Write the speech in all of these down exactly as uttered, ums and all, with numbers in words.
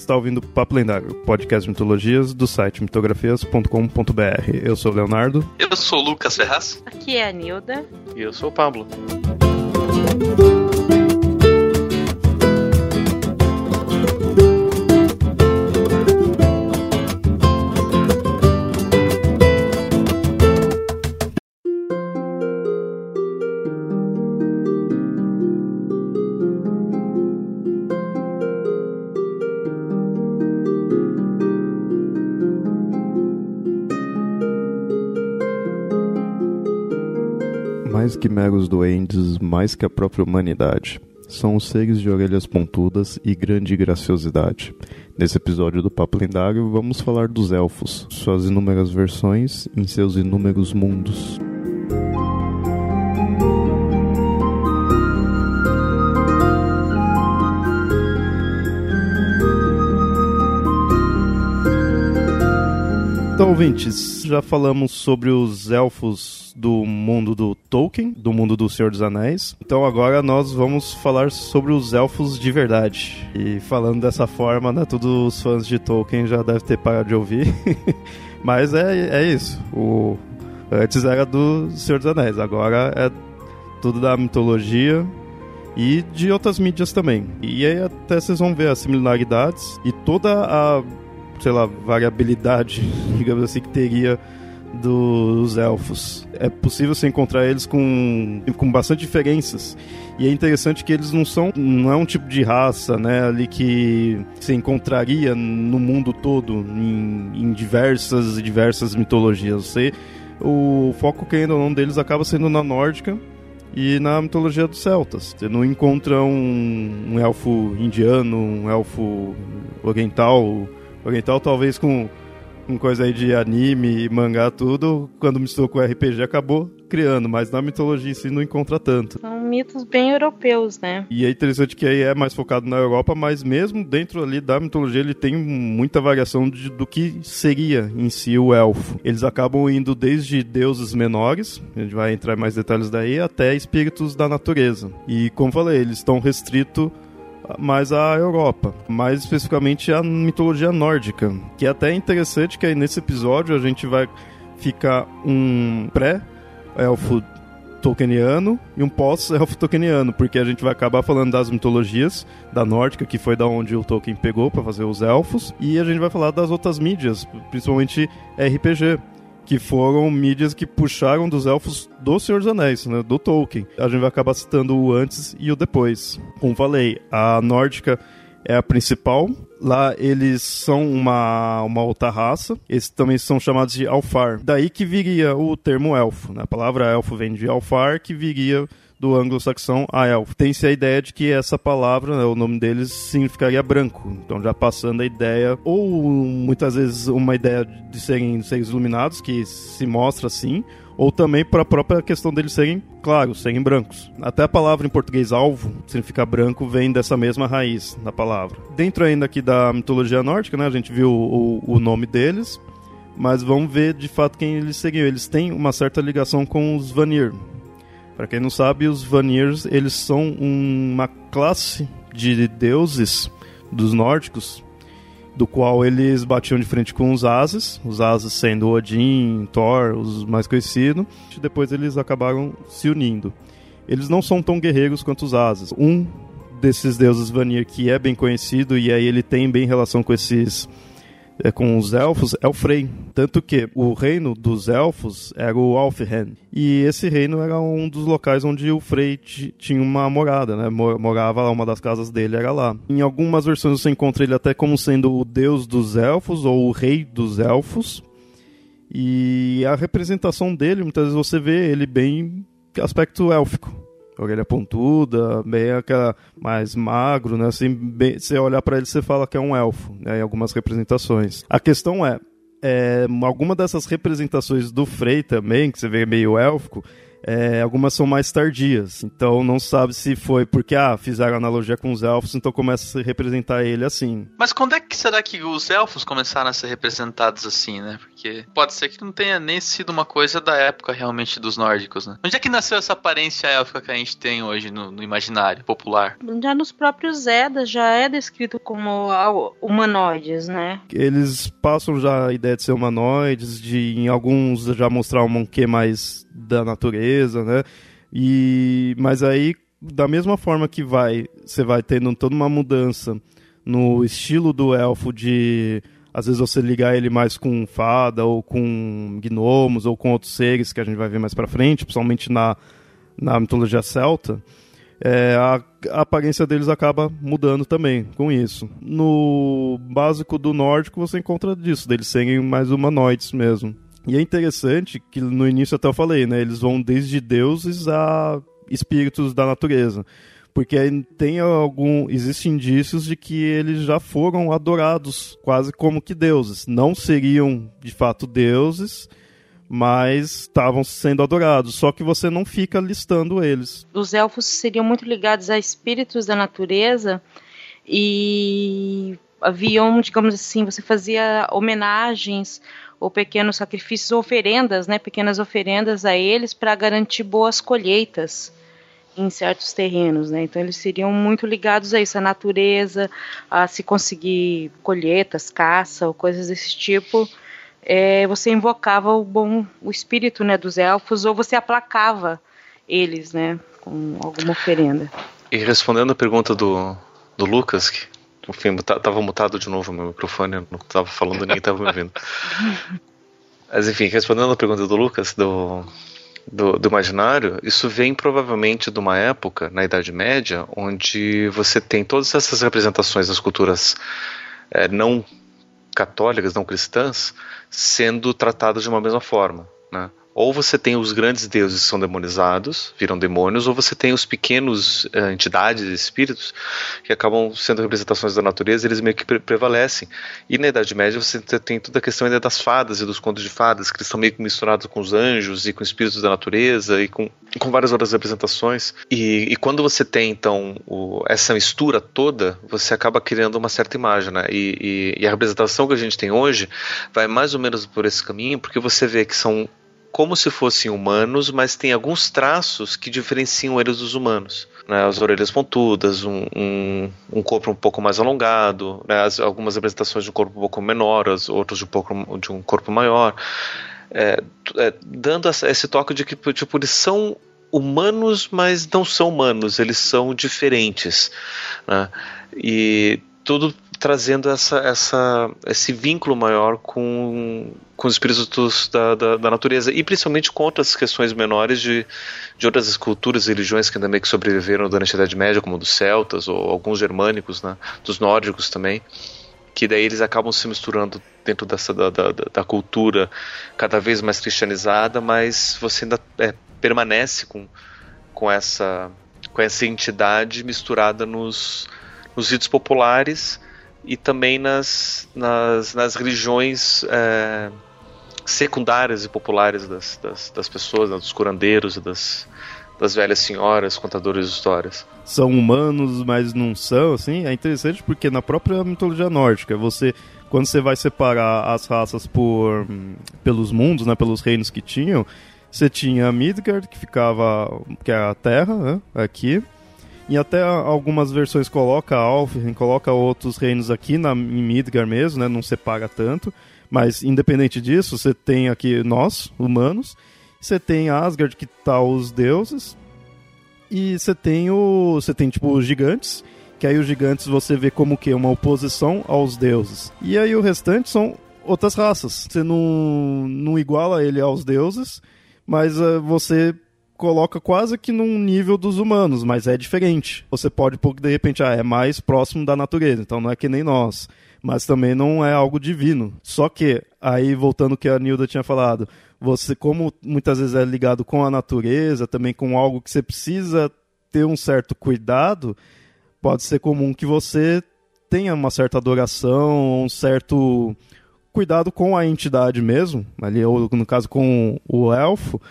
está ouvindo o Papo Lendário, podcast de mitologias do site mitografias ponto com ponto b r. Eu sou o Leonardo. Eu sou o Lucas Ferraz. Aqui é a Nilda. E eu sou o Pablo. Mais que meros duendes, mais que a própria humanidade. São os seres de orelhas pontudas e grande graciosidade. Nesse episódio do Papo Lendário, vamos falar dos elfos, suas inúmeras versões em seus inúmeros mundos. Então, ouvintes, já falamos sobre os elfos do mundo do Tolkien, do mundo do Senhor dos Anéis. Então agora nós vamos falar sobre os elfos de verdade. E falando dessa forma, né, todos os fãs de Tolkien já devem ter parado de ouvir. Mas é, é isso. O, antes era do Senhor dos Anéis, agora é tudo da mitologia e de outras mídias também. E aí até vocês vão ver as similaridades e toda a, sei lá, variabilidade, digamos assim, que teria dos elfos. É possível você encontrar eles com, com bastante diferenças. E é interessante que eles não são, não é um tipo de raça, né, ali que você encontraria no mundo todo, em, em diversas e diversas mitologias. Você, o foco, querendo ou não, deles acaba sendo na nórdica e na mitologia dos celtas. Você não encontra um, um elfo indiano, um elfo oriental, oriental talvez com com coisa aí de anime, mangá, tudo, quando misturou com R P G acabou criando, mas na mitologia em si não encontra tanto. São mitos bem europeus, né? E é interessante que aí é mais focado na Europa, mas mesmo dentro ali da mitologia ele tem muita variação de, do que seria em si o elfo. Eles acabam indo desde deuses menores, a gente vai entrar em mais detalhes daí, até espíritos da natureza. E como falei, eles estão restritos mais a Europa, mais especificamente a mitologia nórdica, que é até interessante que aí nesse episódio a gente vai ficar um pré-elfo tolkieniano e um pós-elfo tolkieniano, porque a gente vai acabar falando das mitologias da nórdica, que foi da onde o Tolkien pegou para fazer os elfos, e a gente vai falar das outras mídias, principalmente R P G, que foram mídias que puxaram dos elfos do Senhor dos Anéis, né, do Tolkien. A gente vai acabar citando o antes e o depois. Como falei, a nórdica é a principal. Lá eles são uma, uma outra raça. Eles também são chamados de Alfar. Daí que viria o termo elfo, né? A palavra elfo vem de Alfar, que viria do anglo-saxão a elfo. Tem-se a ideia de que essa palavra, né, o nome deles, significaria branco. Então já passando a ideia, ou muitas vezes uma ideia de serem seres iluminados, que se mostra assim, ou também para a própria questão deles serem claros, serem brancos. Até a palavra em português alvo, que significa branco, vem dessa mesma raiz da palavra. Dentro ainda aqui da mitologia nórdica, né, a gente viu o, o nome deles, mas vamos ver de fato quem eles seriam. Eles têm uma certa ligação com os Vanir. Para quem não sabe, os Vanirs, eles são uma classe de deuses dos nórdicos, do qual eles batiam de frente com os Ases, os Ases sendo Odin, Thor, os mais conhecidos, e depois eles acabaram se unindo. Eles não são tão guerreiros quanto os Ases. Um desses deuses Vanir que é bem conhecido, e aí ele tem bem relação com esses... É, com os elfos, é o Frey. Tanto que o reino dos elfos era o Alfheim. E esse reino era um dos locais onde o Frey t- tinha uma morada, né? Morava lá, uma das casas dele era lá. Em algumas versões você encontra ele até como sendo o deus dos elfos, ou o rei dos elfos. E a representação dele, muitas vezes você vê ele bem aspecto élfico. Orelha pontuda, bem aquela mais magro, né? Assim, bem, você olhar para ele você fala que é um elfo, né? Em algumas representações. A questão é, é, alguma dessas representações do Frey também, que você vê meio élfico, É, algumas são mais tardias, então não sabe se foi porque ah, fizeram analogia com os elfos, então começa a se representar ele assim. Mas quando é que será que os elfos começaram a ser representados assim, né? Porque pode ser que não tenha nem sido uma coisa da época realmente dos nórdicos, né? Onde é que nasceu essa aparência élfica que a gente tem hoje no, no imaginário popular? Já nos próprios Eddas já é descrito como humanoides, né? Eles passam já a ideia de ser humanoides, de em alguns já mostrar um quê mais da natureza, né? E, mas aí, da mesma forma que vai, você vai tendo toda uma mudança no estilo do elfo de, às vezes você ligar ele mais com fada, ou com gnomos, ou com outros seres que a gente vai ver mais pra frente, principalmente na, na mitologia celta, é, a, a aparência deles acaba mudando também com isso. No básico do nórdico você encontra disso, deles serem mais humanoides mesmo. E é interessante que no início até eu falei, né? Eles vão desde deuses a espíritos da natureza. Porque tem algum, existem indícios de que eles já foram adorados quase como que deuses. Não seriam de fato deuses, mas estavam sendo adorados. Só que você não fica listando eles. Os elfos seriam muito ligados a espíritos da natureza e haviam, digamos assim, você fazia homenagens ou pequenos sacrifícios, oferendas, né, pequenas oferendas a eles para garantir boas colheitas em certos terrenos, né? Então eles seriam muito ligados a isso, a natureza, a se conseguir colheitas, caça ou coisas desse tipo. É, você invocava o bom, o espírito, né, dos elfos, ou você aplacava eles, né, com alguma oferenda. E respondendo a pergunta do, do Lucas, que enfim, tava mutado de novo o meu microfone, eu não tava falando, ninguém tava me ouvindo. Mas enfim, respondendo a pergunta do Lucas, do, do, do imaginário, isso vem provavelmente de uma época, na Idade Média, onde você tem todas essas representações das culturas é, não católicas, não cristãs, sendo tratadas de uma mesma forma, né? Ou você tem os grandes deuses que são demonizados, viram demônios, ou você tem os pequenos uh, entidades, espíritos, que acabam sendo representações da natureza, eles meio que pre- prevalecem. E na Idade Média você tem toda a questão ainda das fadas e dos contos de fadas, que eles estão meio que misturados com os anjos e com espíritos da natureza e com, com várias outras representações. E, e quando você tem, então, o, essa mistura toda, você acaba criando uma certa imagem, né? E, e, e a representação que a gente tem hoje vai mais ou menos por esse caminho, porque você vê que são como se fossem humanos, mas tem alguns traços que diferenciam eles dos humanos, né? As orelhas pontudas, um, um, um corpo um pouco mais alongado, né? As, algumas representações de um corpo um pouco menor, as outras de um, pouco, de um corpo maior, é, é, dando essa, esse toque de que tipo, eles são humanos, mas não são humanos, eles são diferentes, né? E tudo trazendo essa, essa, esse vínculo maior com, com os espíritos da, da, da natureza, e principalmente com outras questões menores de, de outras culturas e religiões que ainda meio que sobreviveram durante a Idade Média, como dos celtas ou alguns germânicos, né, dos nórdicos também, que daí eles acabam se misturando dentro dessa, da, da, da cultura cada vez mais cristianizada, mas você ainda é, permanece com, com, essa, com essa entidade misturada nos, nos ritos populares e também nas, nas, nas religiões é, secundárias e populares das, das, das pessoas, né, dos curandeiros e das, das velhas senhoras, contadoras de histórias. São humanos, mas não são, assim. É interessante porque na própria mitologia nórdica, você, quando você vai separar as raças por, pelos mundos, né, pelos reinos que tinham, você tinha Midgard, que ficava, que é a Terra, né, aqui. E até algumas versões coloca Alfheim, coloca outros reinos aqui na, em Midgard mesmo, né? Não separa tanto. Mas, independente disso, você tem aqui nós, humanos. Você tem Asgard, que tá os deuses. E você tem, o, você tem tipo, os gigantes. Que aí os gigantes você vê como que uma oposição aos deuses. E aí o restante são outras raças. Você não, não iguala ele aos deuses, mas uh, você coloca quase que num nível dos humanos, mas é diferente. Você pode, de repente, ah, é mais próximo da natureza, então não é que nem nós, mas também não é algo divino. Só que, aí voltando ao que a Nilda tinha falado, você, como muitas vezes é ligado com a natureza, também com algo que você precisa ter um certo cuidado, pode ser comum que você tenha uma certa adoração, um certo cuidado com a entidade mesmo, ali, ou no caso com o elfo,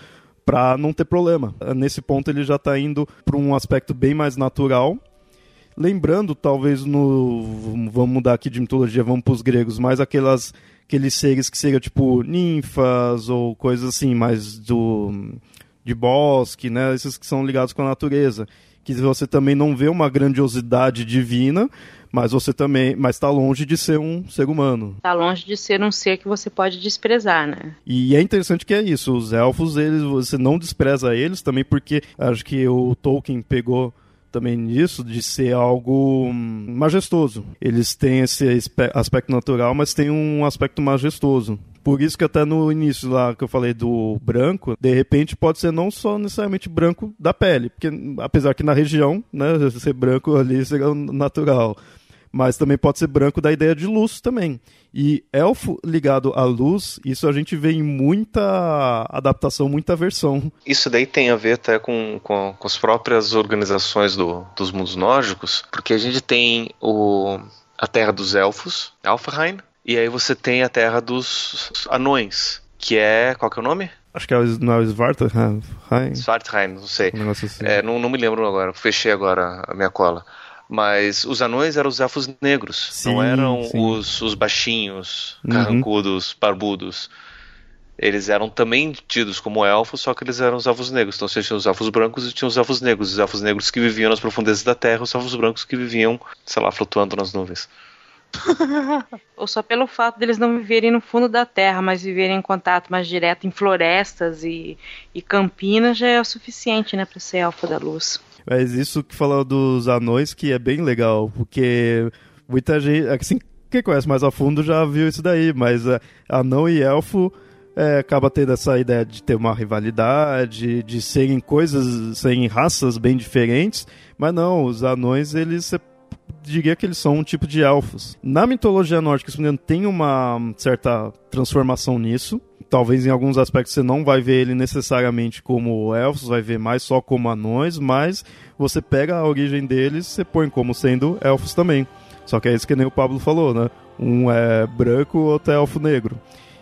para não ter problema. Nesse ponto ele já está indo para um aspecto bem mais natural. Lembrando, talvez, no vamos mudar aqui de mitologia, vamos para os gregos, mais aquelas, aqueles seres que seriam tipo ninfas ou coisas assim, mais do, de bosque, né? Esses que são ligados com a natureza. Que você também não vê uma grandiosidade divina, mas você também, mas está longe de ser um ser humano. Está longe de ser um ser que você pode desprezar, né? E é interessante que é isso, os elfos, eles, você não despreza eles também, porque acho que o Tolkien pegou também nisso, de ser algo majestoso. Eles têm esse aspecto natural, mas tem um aspecto majestoso. Por isso que até no início lá que eu falei do branco, de repente pode ser não só necessariamente branco da pele, porque apesar que na região, né, ser branco ali seria natural, mas também pode ser branco da ideia de luz também. E elfo ligado à luz, isso a gente vê em muita adaptação, muita versão. Isso daí tem a ver até com, com, com as próprias organizações do, dos mundos nórdicos, porque a gente tem o, a terra dos elfos, Alfheim, e aí você tem a terra dos anões, que é... Qual que é o nome? Acho que é o, não é o Svartalfheim. Svartalfheim, não sei. Um negócio assim. É, não, não me lembro agora, fechei agora a minha cola. Mas os anões eram os elfos negros, sim, não eram os, os baixinhos, carrancudos, uhum. barbudos. Eles eram também tidos como elfos, só que eles eram os elfos negros. Então você tinha os elfos brancos e tinha os elfos negros. Os elfos negros que viviam nas profundezas da terra, os elfos brancos que viviam, sei lá, flutuando nas nuvens. Ou só pelo fato deles não viverem no fundo da terra, mas viverem em contato mais direto em florestas e, e campinas já é o suficiente, né, para ser elfo da luz. Mas isso que falou dos anões, que é bem legal, porque muita gente, assim, quem conhece mais a fundo já viu isso daí, mas é, anão e elfo é, acaba tendo essa ideia de ter uma rivalidade, de serem coisas, serem raças bem diferentes, mas não, os anões, eles, você diria que eles são um tipo de elfos. Na mitologia nórdica, se não me engano, tem uma certa transformação nisso. Talvez em alguns aspectos você não vai ver ele necessariamente como elfos, vai ver mais só como anões, mas você pega a origem deles e você põe como sendo elfos também. Só que é isso que nem o Pablo falou, né? Um é branco, o outro é elfo negro.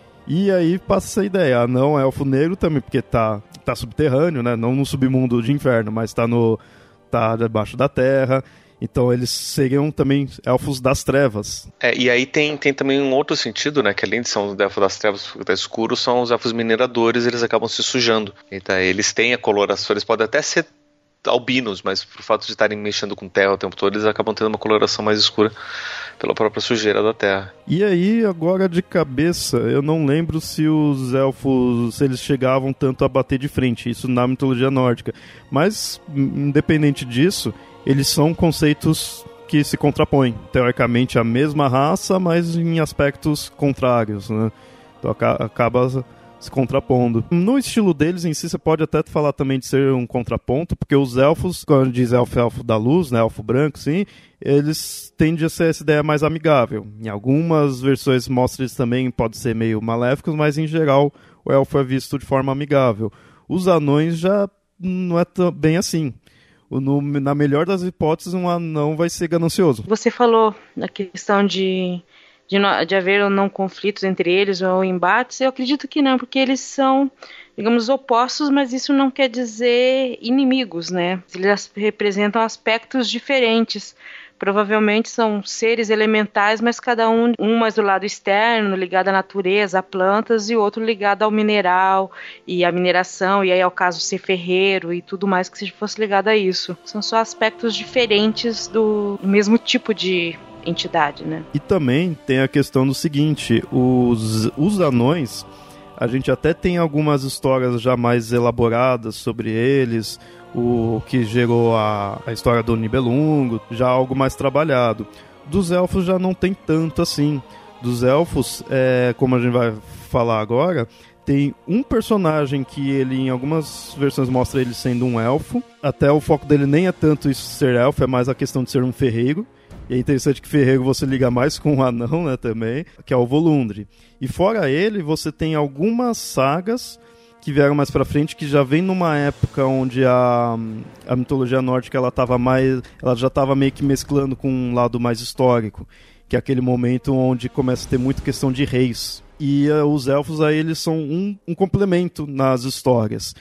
E aí passa essa ideia, anão é elfo negro também, porque tá, tá subterrâneo, né? Não no submundo de inferno, mas tá, no, tá debaixo da terra. Então eles seriam também elfos das trevas. É, e aí tem, tem também um outro sentido, né? Que além de ser os elfos das trevas da escuro, são os elfos mineradores, eles acabam se sujando. Então eles têm a coloração, eles podem até ser albinos, mas por fato de estarem mexendo com terra o tempo todo, eles acabam tendo uma coloração mais escura pela própria sujeira da terra. E aí, agora de cabeça, eu não lembro se os elfos, se eles chegavam tanto a bater de frente, isso na mitologia nórdica. Mas, independente disso, eles são conceitos que se contrapõem. Teoricamente, a mesma raça, mas em aspectos contrários, né? Então acaba se contrapondo. No estilo deles em si, você pode até falar também de ser um contraponto, porque os elfos, quando diz elfo, elfo da luz, né, elfo branco, sim, eles tendem a ser essa ideia mais amigável. Em algumas versões mostra eles também, pode ser meio maléficos, mas em geral o elfo é visto de forma amigável. Os anões já não é tão bem assim. No, na melhor das hipóteses, um anão vai ser ganancioso. Você falou da questão de, de, de haver ou não conflitos entre eles ou embates. Eu acredito que não, porque eles são, digamos, opostos, mas isso não quer dizer inimigos, né? Eles representam aspectos diferentes. Provavelmente são seres elementais, mas cada um, um mais do lado externo, ligado à natureza, a plantas, e outro ligado ao mineral e à mineração, e aí ao caso ser ferreiro e tudo mais que fosse ligado a isso. São só aspectos diferentes do, do mesmo tipo de entidade, né? E também tem a questão do seguinte, os, os anões, a gente até tem algumas histórias já mais elaboradas sobre eles, o que gerou a, a história do Nibelungo, já algo mais trabalhado. Dos elfos já não tem tanto assim. Dos elfos, é, como a gente vai falar agora, tem um personagem que ele em algumas versões mostra ele sendo um elfo. Até o foco dele nem é tanto isso ser elfo, é mais a questão de ser um ferreiro. E é interessante que ferreiro você liga mais com o anão, né, também, que é o Volundri. E fora ele, você tem algumas sagas que vieram mais pra frente, que já vem numa época onde a, a mitologia nórdica ela, tava mais, ela já estava meio que mesclando com um lado mais histórico, que é aquele momento onde começa a ter muita questão de reis. E uh, os elfos aí, eles são um, um complemento nas histórias.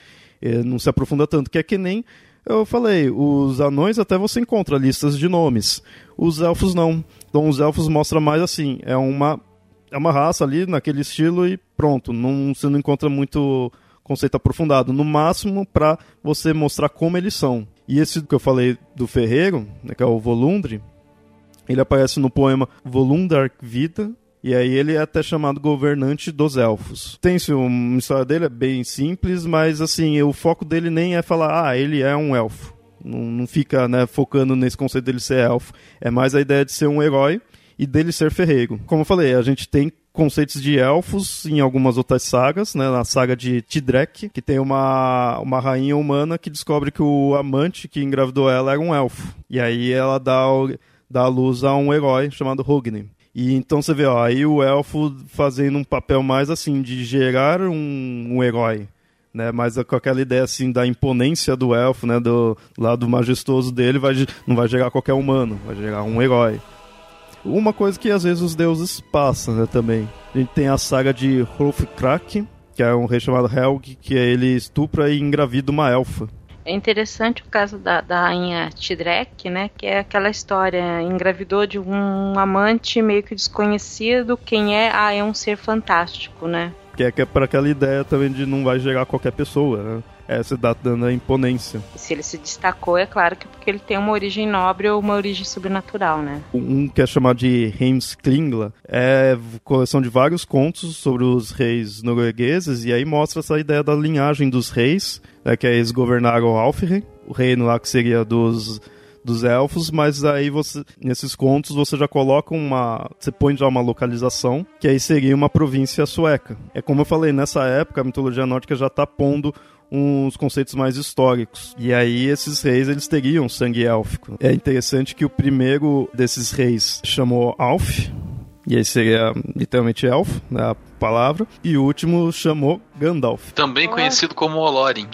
Ele não se aprofunda tanto, que é que nem eu falei, os anões até você encontra listas de nomes, os elfos não. Então os elfos mostram mais assim, é uma, é uma raça ali naquele estilo e pronto, não, você não encontra muito conceito aprofundado, no máximo para você mostrar como eles são. E esse que eu falei do ferreiro, né, que é o Volundri, ele aparece no poema Volundar Vida, e aí ele é até chamado governante dos elfos. Tem-se uma história dele, é bem simples, mas assim, o foco dele nem é falar, ah, ele é um elfo. Não, não fica, né, focando nesse conceito dele ser elfo. É mais a ideia de ser um herói e dele ser ferreiro. Como eu falei, a gente tem conceitos de elfos em algumas outras sagas, né, na saga de Tidrek, que tem uma, uma rainha humana que descobre que o amante que engravidou ela era um elfo. E aí ela dá, dá luz a um herói chamado Hogni. E então você vê, ó, aí o elfo fazendo um papel mais assim, de gerar um, um herói, né? Mas com aquela ideia assim da imponência do elfo, né? Do lado majestoso dele, vai, não vai gerar qualquer humano, vai gerar um herói. Uma coisa que às vezes os deuses passam, né, também. A gente tem a saga de Hrolfkrak, que é um rei chamado Helg, que ele estupra e engravida uma elfa. É interessante o caso da, da rainha Tidrek, né, que é aquela história, engravidou de um amante meio que desconhecido, quem é? Ah, é um ser fantástico, né? Que é, que é para aquela ideia também de não vai gerar qualquer pessoa, né? É, você dá dando a imponência. E se ele se destacou, é claro que porque ele tem uma origem nobre ou uma origem sobrenatural, né? Um que é chamado de Heimskringla é coleção de vários contos sobre os reis noruegueses, e aí mostra essa ideia da linhagem dos reis, né, que é eles governaram Alfheim, o reino lá que seria dos, dos elfos, mas aí você, nesses contos você já coloca uma, você põe já uma localização, que aí seria uma província sueca. É como eu falei, nessa época a mitologia nórdica já está pondo uns conceitos mais históricos. E aí esses reis, eles teriam sangue élfico. É interessante que o primeiro desses reis chamou Alf, e aí seria literalmente elfo, né, a palavra, e o último chamou Gandalf. Também conhecido como Olorin.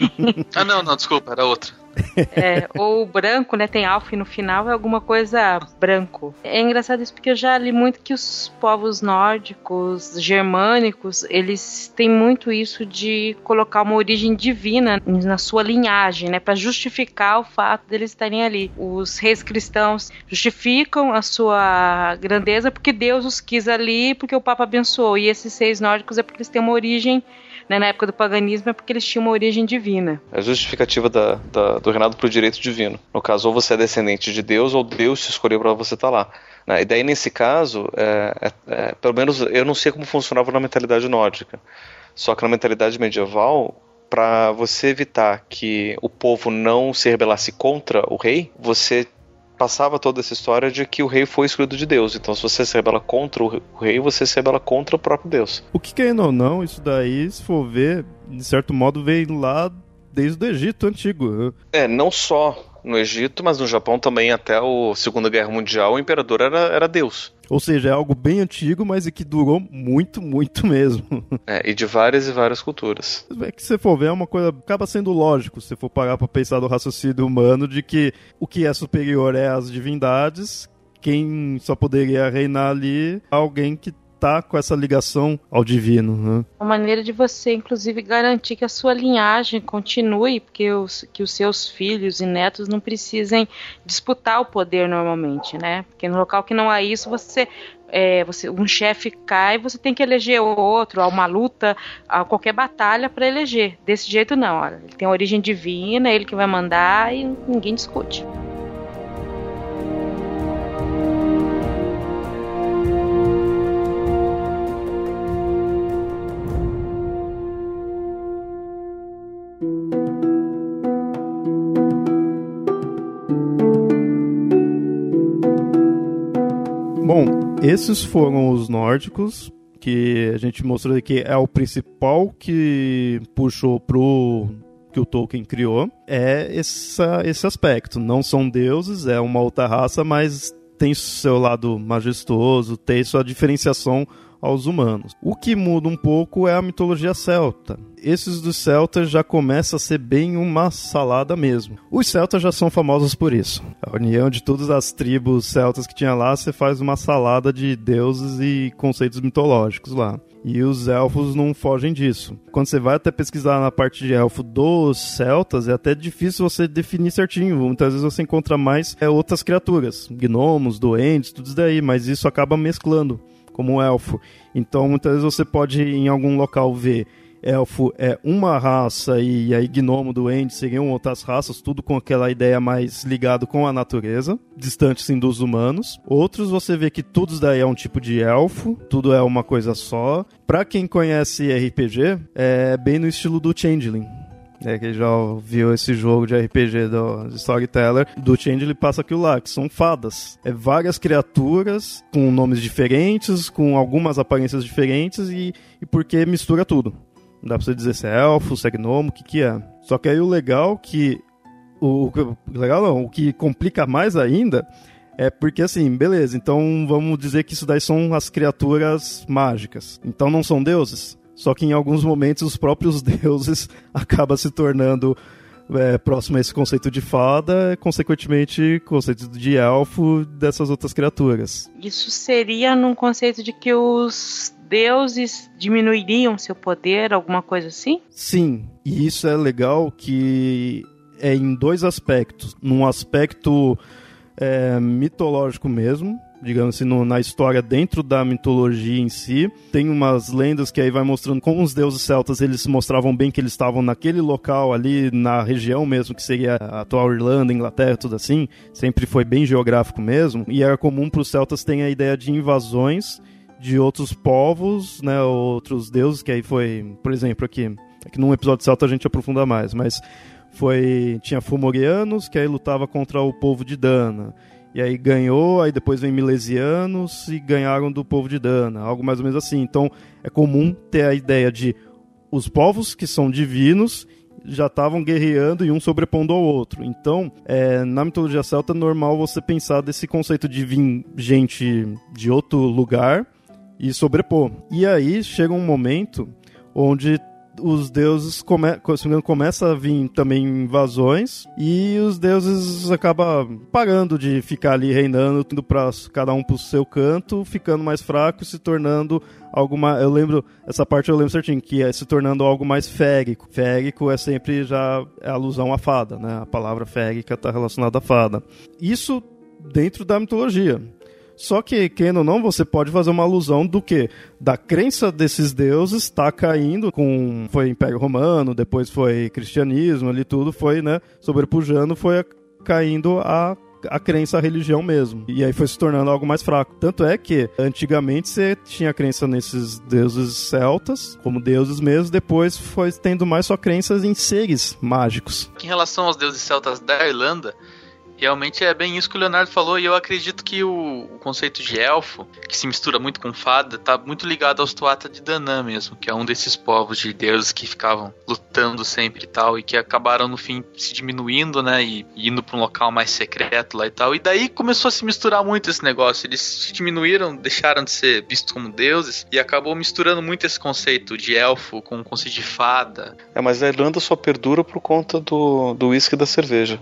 Ah, não, não, desculpa, era outro. É, ou branco, né? Tem alfa no final, é alguma coisa branco. É engraçado isso porque eu já li muito que os povos nórdicos, germânicos, eles têm muito isso de colocar uma origem divina na sua linhagem, né? Para justificar o fato deles estarem ali. Os reis cristãos justificam a sua grandeza porque Deus os quis ali, porque o Papa abençoou. E esses reis nórdicos é porque eles têm uma origem, né, na época do paganismo, é porque eles tinham uma origem divina. É a justificativa da, da, do reinado pro direito divino. No caso, ou você é descendente de Deus, ou Deus te escolheu para você estar lá. E daí, nesse caso, é, é, é, pelo menos eu não sei como funcionava na mentalidade nórdica. Só que na mentalidade medieval, para você evitar que o povo não se rebelasse contra o rei, você passava toda essa história de que o rei foi excluído de Deus. Então, se você se rebela contra o rei, você se rebela contra o próprio Deus. O que, querendo ou não, isso daí, se for ver, de certo modo, veio lá desde o Egito Antigo. É, não só no Egito, mas no Japão também, até a Segunda Guerra Mundial, o imperador era, era Deus. Ou seja, é algo bem antigo, mas que durou muito, muito mesmo. É, e de várias e várias culturas. É que se você for ver, é uma coisa, acaba sendo lógico, se for parar pra pensar no raciocínio humano, de que o que é superior é as divindades, quem só poderia reinar ali é alguém que tá com essa ligação ao divino, né? Uma maneira de você, inclusive, garantir que a sua linhagem continue, porque os, que os seus filhos e netos não precisem disputar o poder normalmente, né? Porque no local que não há isso, você, é, você um chefe cai, você tem que eleger outro, há uma luta, há qualquer batalha para eleger. Desse jeito não, olha, ele tem origem divina, é ele que vai mandar e ninguém discute. Bom, esses foram os nórdicos, que a gente mostrou aqui é o principal que puxou pro que o Tolkien criou, é essa, esse aspecto. Não são deuses, é uma outra raça, mas tem seu lado majestoso, tem sua diferenciação aos humanos. O que muda um pouco é a mitologia celta. Esses dos celtas já começa a ser bem uma salada mesmo. Os celtas já são famosos por isso. A união de todas as tribos celtas que tinha lá, você faz uma salada de deuses e conceitos mitológicos lá. E os elfos não fogem disso. Quando você vai até pesquisar na parte de elfo dos celtas, é até difícil você definir certinho. Muitas vezes você encontra mais é, outras criaturas, gnomos, duendes, tudo isso daí, mas isso acaba mesclando como um elfo. Então muitas vezes você pode em algum local ver elfo é uma raça e aí gnomo, duende seriam outras raças, tudo com aquela ideia mais ligado com a natureza, distante sim dos humanos. Outros você vê que tudo daí é um tipo de elfo, tudo é uma coisa só. Pra quem conhece R P G, é bem no estilo do Changeling. É, quem já viu esse jogo de R P G do Storyteller, do Changeling passa aquilo lá, que são fadas. É várias criaturas com nomes diferentes, com algumas aparências diferentes e, e porque mistura tudo. Não dá pra você dizer se é elfo, se é gnomo, o que que é. Só que aí o legal que... O, o legal não, o que complica mais ainda é porque assim, beleza, então vamos dizer que isso daí são as criaturas mágicas. Então não são deuses? Só que em alguns momentos os próprios deuses acabam se tornando é, próximo a esse conceito de fada, consequentemente conceito de elfo dessas outras criaturas. Isso seria num conceito de que os deuses diminuiriam seu poder, alguma coisa assim? Sim, e isso é legal que é em dois aspectos. Num aspecto é, mitológico mesmo, digamos assim, no, na história dentro da mitologia em si. Tem umas lendas que aí vai mostrando como os deuses celtas, eles mostravam bem que eles estavam naquele local ali, na região mesmo, que seria a atual Irlanda, Inglaterra, tudo assim. Sempre foi bem geográfico mesmo. E era comum para os celtas terem a ideia de invasões de outros povos, né, outros deuses, que aí foi, por exemplo, aqui, aqui num episódio celta a gente aprofunda mais, mas foi, tinha Fomorianos, que aí lutava contra o povo de Dana. E aí ganhou, aí depois vem Milesianos e ganharam do povo de Dana, algo mais ou menos assim. Então é comum ter a ideia de os povos que são divinos já estavam guerreando e um sobrepondo ao outro. Então, é, na mitologia celta é normal você pensar desse conceito de vir gente de outro lugar e sobrepor. E aí chega um momento onde os deuses come, começam a vir também invasões e os deuses acabam parando de ficar ali reinando, indo pra, cada um pro seu canto, ficando mais fraco e se tornando algo mais... Eu lembro, essa parte eu lembro certinho, que é se tornando algo mais férico. Férico é sempre já é alusão à fada, né? A palavra férica está relacionada à fada. Isso dentro da mitologia. Só que, querendo ou não, você pode fazer uma alusão do que? Da crença desses deuses está caindo com... Foi Império Romano, depois foi cristianismo, ali tudo foi, né? Sobrepujando, foi caindo a, a crença, a religião mesmo. E aí foi se tornando algo mais fraco. Tanto é que, antigamente, você tinha crença nesses deuses celtas, como deuses mesmo, depois foi tendo mais só crenças em seres mágicos. Em relação aos deuses celtas da Irlanda, realmente é bem isso que o Leonardo falou, e eu acredito que o, o conceito de elfo, que se mistura muito com fada, tá muito ligado aos Tuatha de Danann mesmo, que é um desses povos de deuses que ficavam lutando sempre e tal, e que acabaram no fim se diminuindo, né, e, e indo pra um local mais secreto lá e tal, e daí começou a se misturar muito esse negócio, eles se diminuíram, deixaram de ser vistos como deuses, e acabou misturando muito esse conceito de elfo com o conceito de fada. É, mas a Irlanda só perdura por conta do, do uísque e da cerveja.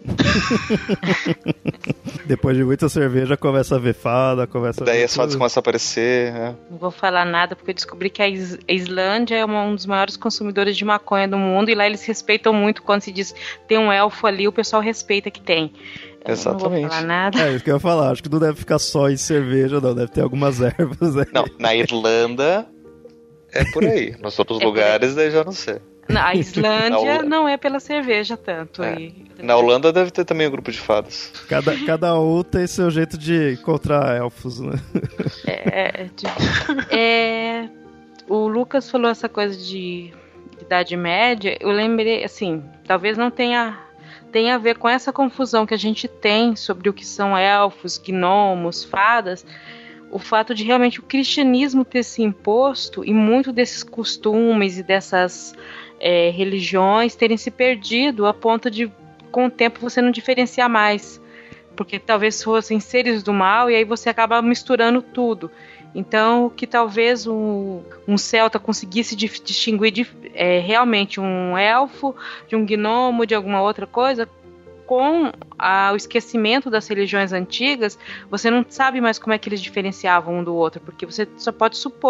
Depois de muita cerveja começa a ver fada, começa Daí a ver as fadas começam a aparecer, é. Não vou falar nada porque eu descobri que a, Is- a Islândia é uma, um dos maiores consumidores de maconha do mundo, e lá eles respeitam muito quando se diz tem um elfo ali, o pessoal respeita que tem. Eu Exatamente. Não vou falar nada. É isso que eu ia falar, acho que não deve ficar só em cerveja, não, deve ter algumas ervas aí. Não, na Irlanda é por aí, nos outros é lugares daí já não sei. Na Islândia Na não é pela cerveja tanto. É. E... Na Holanda deve ter também um grupo de fadas. Cada, cada um tem seu jeito de encontrar elfos, né? É, tipo, é, o Lucas falou essa coisa de Idade Média, eu lembrei, assim, talvez não tenha, tenha a ver com essa confusão que a gente tem sobre o que são elfos, gnomos, fadas, o fato de realmente o cristianismo ter se imposto e muito desses costumes e dessas é, religiões terem se perdido a ponto de, com o tempo, você não diferenciar mais. Porque talvez fossem seres do mal e aí você acaba misturando tudo. Então, que talvez um, um celta conseguisse distinguir de, é, realmente um elfo de um gnomo, de alguma outra coisa, com a, o esquecimento das religiões antigas, você não sabe mais como é que eles diferenciavam um do outro, porque você só pode supor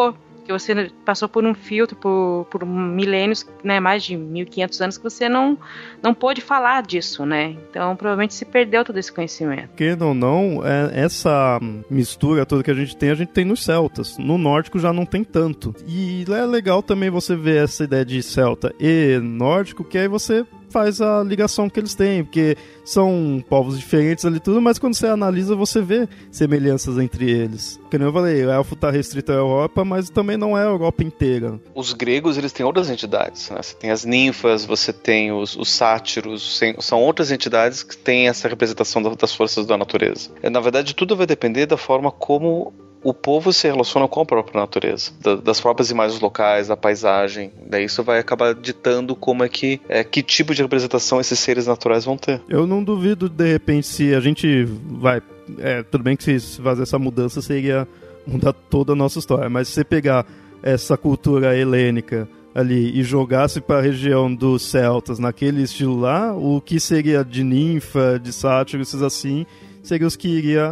que você passou por um filtro por, por milênios, né, mais de mil e quinhentos anos, que você não, não pôde falar disso, né? Então, provavelmente se perdeu todo esse conhecimento. Querendo ou não, é, essa mistura toda que a gente tem, a gente tem nos celtas. No nórdico já não tem tanto. E é legal também você ver essa ideia de celta e nórdico, que aí você faz a ligação que eles têm, porque são povos diferentes ali tudo, mas quando você analisa, você vê semelhanças entre eles. Como eu falei, o elfo está restrito à Europa, mas também não é a Europa inteira. Os gregos, eles têm outras entidades, né? Você tem as ninfas, você tem os, os sátiros, são outras entidades que têm essa representação das forças da natureza. Na verdade, tudo vai depender da forma como o povo se relaciona com a própria natureza, da, das próprias imagens locais, da paisagem. Daí isso vai acabar ditando como é que, é, que tipo de representação esses seres naturais vão ter. Eu não duvido, de repente, se a gente vai... É, tudo bem que se fazer essa mudança seria mudar toda a nossa história, mas se você pegar essa cultura helênica ali e jogasse para a região dos celtas naquele estilo lá, o que seria de ninfa, de sátiro, esses assim, seria os que iria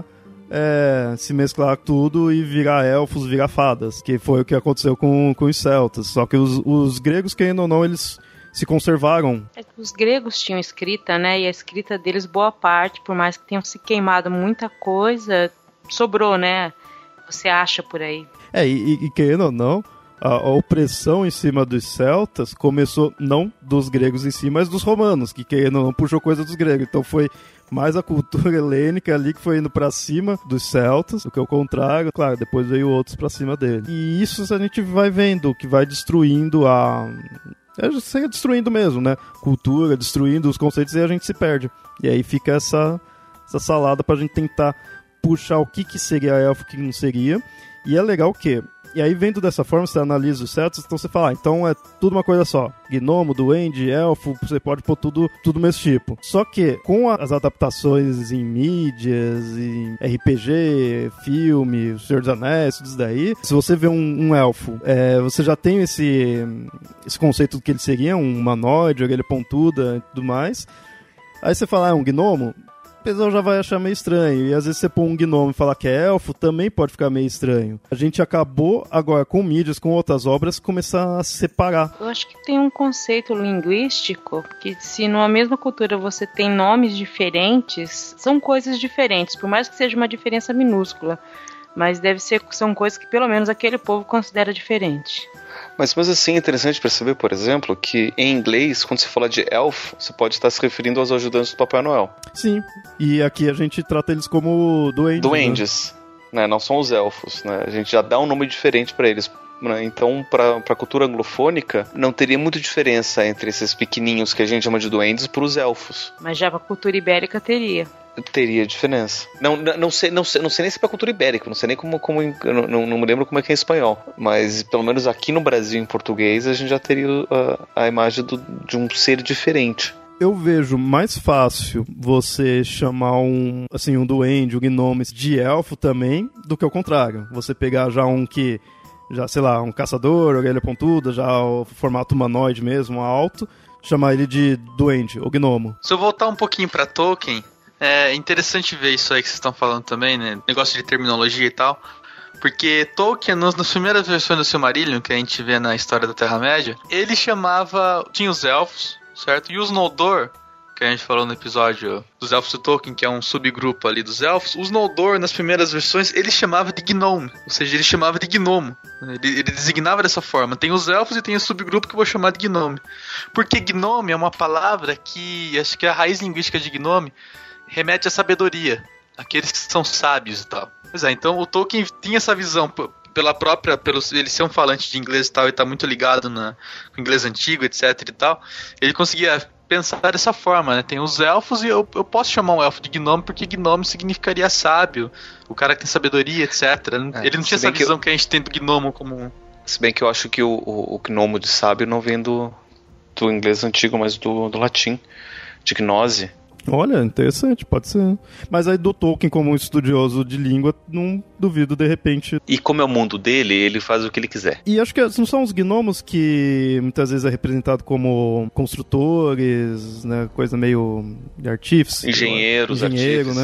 É, se mesclar tudo e virar elfos, virar fadas, que foi o que aconteceu com, com os celtas. Só que os, os gregos, querendo ou não, eles se conservaram. É, os gregos tinham escrita, né, e a escrita deles, boa parte, por mais que tenham se queimado muita coisa, sobrou, né, você acha por aí. É, e, e querendo ou não, a, a opressão em cima dos celtas começou não dos gregos em si, mas dos romanos, que querendo ou não puxou coisa dos gregos. Então foi mais a cultura helênica ali que foi indo pra cima dos celtas, do que o contrário. Claro, depois veio outros pra cima dele. E isso a gente vai vendo, que vai destruindo a... É, seria destruindo mesmo, né? Cultura, destruindo os conceitos, e a gente se perde. E aí fica essa, essa salada pra gente tentar puxar o que, que seria elfo, o que não seria. E é legal que... E aí, vendo dessa forma, você analisa os celtas, então você fala, ah, então é tudo uma coisa só. Gnomo, duende, elfo, você pode pôr tudo, tudo mesmo tipo. Só que, com as adaptações em mídias, em R P G, filme, O Senhor dos Anéis, tudo isso daí, se você vê um, um elfo, é, você já tem esse, esse conceito do que ele seria, um humanoide, orelha pontuda e tudo mais. Aí você fala, ah, é um gnomo? O pessoal já vai achar meio estranho. E às vezes você pôr um gnomo e falar que é elfo, também pode ficar meio estranho. A gente acabou agora com mídias, com outras obras, começar a separar. Eu acho que tem um conceito linguístico que se numa mesma cultura você tem nomes diferentes, são coisas diferentes, por mais que seja uma diferença minúscula. Mas deve ser, são coisas que pelo menos aquele povo considera diferente. Mas, mas assim, é interessante perceber, por exemplo, que em inglês, quando você fala de elf, você pode estar se referindo aos ajudantes do Papai Noel. Sim, e aqui a gente trata eles como duendes. Duendes, né? Né? Não são os elfos, né? A gente já dá um nome diferente para eles. Né? Então, para a cultura anglofônica, não teria muita diferença entre esses pequenininhos que a gente chama de duendes para os elfos. Mas já para a cultura ibérica teria. Teria diferença. Não, não, não, sei, não, sei, não sei nem se pra cultura ibérica, não sei nem como, como não, não me lembro como é que é em espanhol, mas pelo menos aqui no Brasil, em português, a gente já teria a, a imagem do, de um ser diferente. Eu vejo mais fácil você chamar um, assim, um duende, um gnome de elfo também, do que o contrário. Você pegar já um que, já, sei lá, um caçador, orelha pontuda, já o formato humanoide mesmo, alto, chamar ele de duende ou gnomo. Se eu voltar um pouquinho pra Tolkien, é interessante ver isso aí que vocês estão falando também, né? Negócio de terminologia e tal. Porque Tolkien, nas, nas primeiras versões do Silmarillion, que a gente vê na história da Terra-média, ele chamava... Tinha os elfos, certo? E os Noldor, que a gente falou no episódio dos elfos de Tolkien, que é um subgrupo ali dos elfos. Os Noldor, nas primeiras versões, ele chamava de Gnome. Ou seja, ele chamava de Gnomo. Ele, ele designava dessa forma. Tem os elfos e tem o subgrupo que eu vou chamar de Gnome. Porque Gnome é uma palavra que... Acho que a raiz linguística de Gnome remete à sabedoria, aqueles que são sábios e tal. Pois é, então o Tolkien tinha essa visão p- pela própria, pelo ele ser um falante de inglês e tal, e tá muito ligado na, com o inglês antigo, etc e tal, ele conseguia pensar dessa forma, né? Tem os elfos e eu, eu posso chamar um elfo de gnome porque gnome significaria sábio, o cara que tem sabedoria, etcétera. É, ele não tinha essa visão que, eu, que a gente tem do gnomo como... Se bem que eu acho que o, o, o gnomo de sábio não vem do, do inglês antigo, mas do, do latim, de gnose. Olha, interessante, pode ser. Mas aí do Tolkien, como um estudioso de língua, não duvido de repente. E como é o mundo dele, ele faz o que ele quiser. E acho que não são os gnomos que muitas vezes é representado como construtores, né? Coisa meio de artífice. Engenheiros, engenheiro, artífices. Né?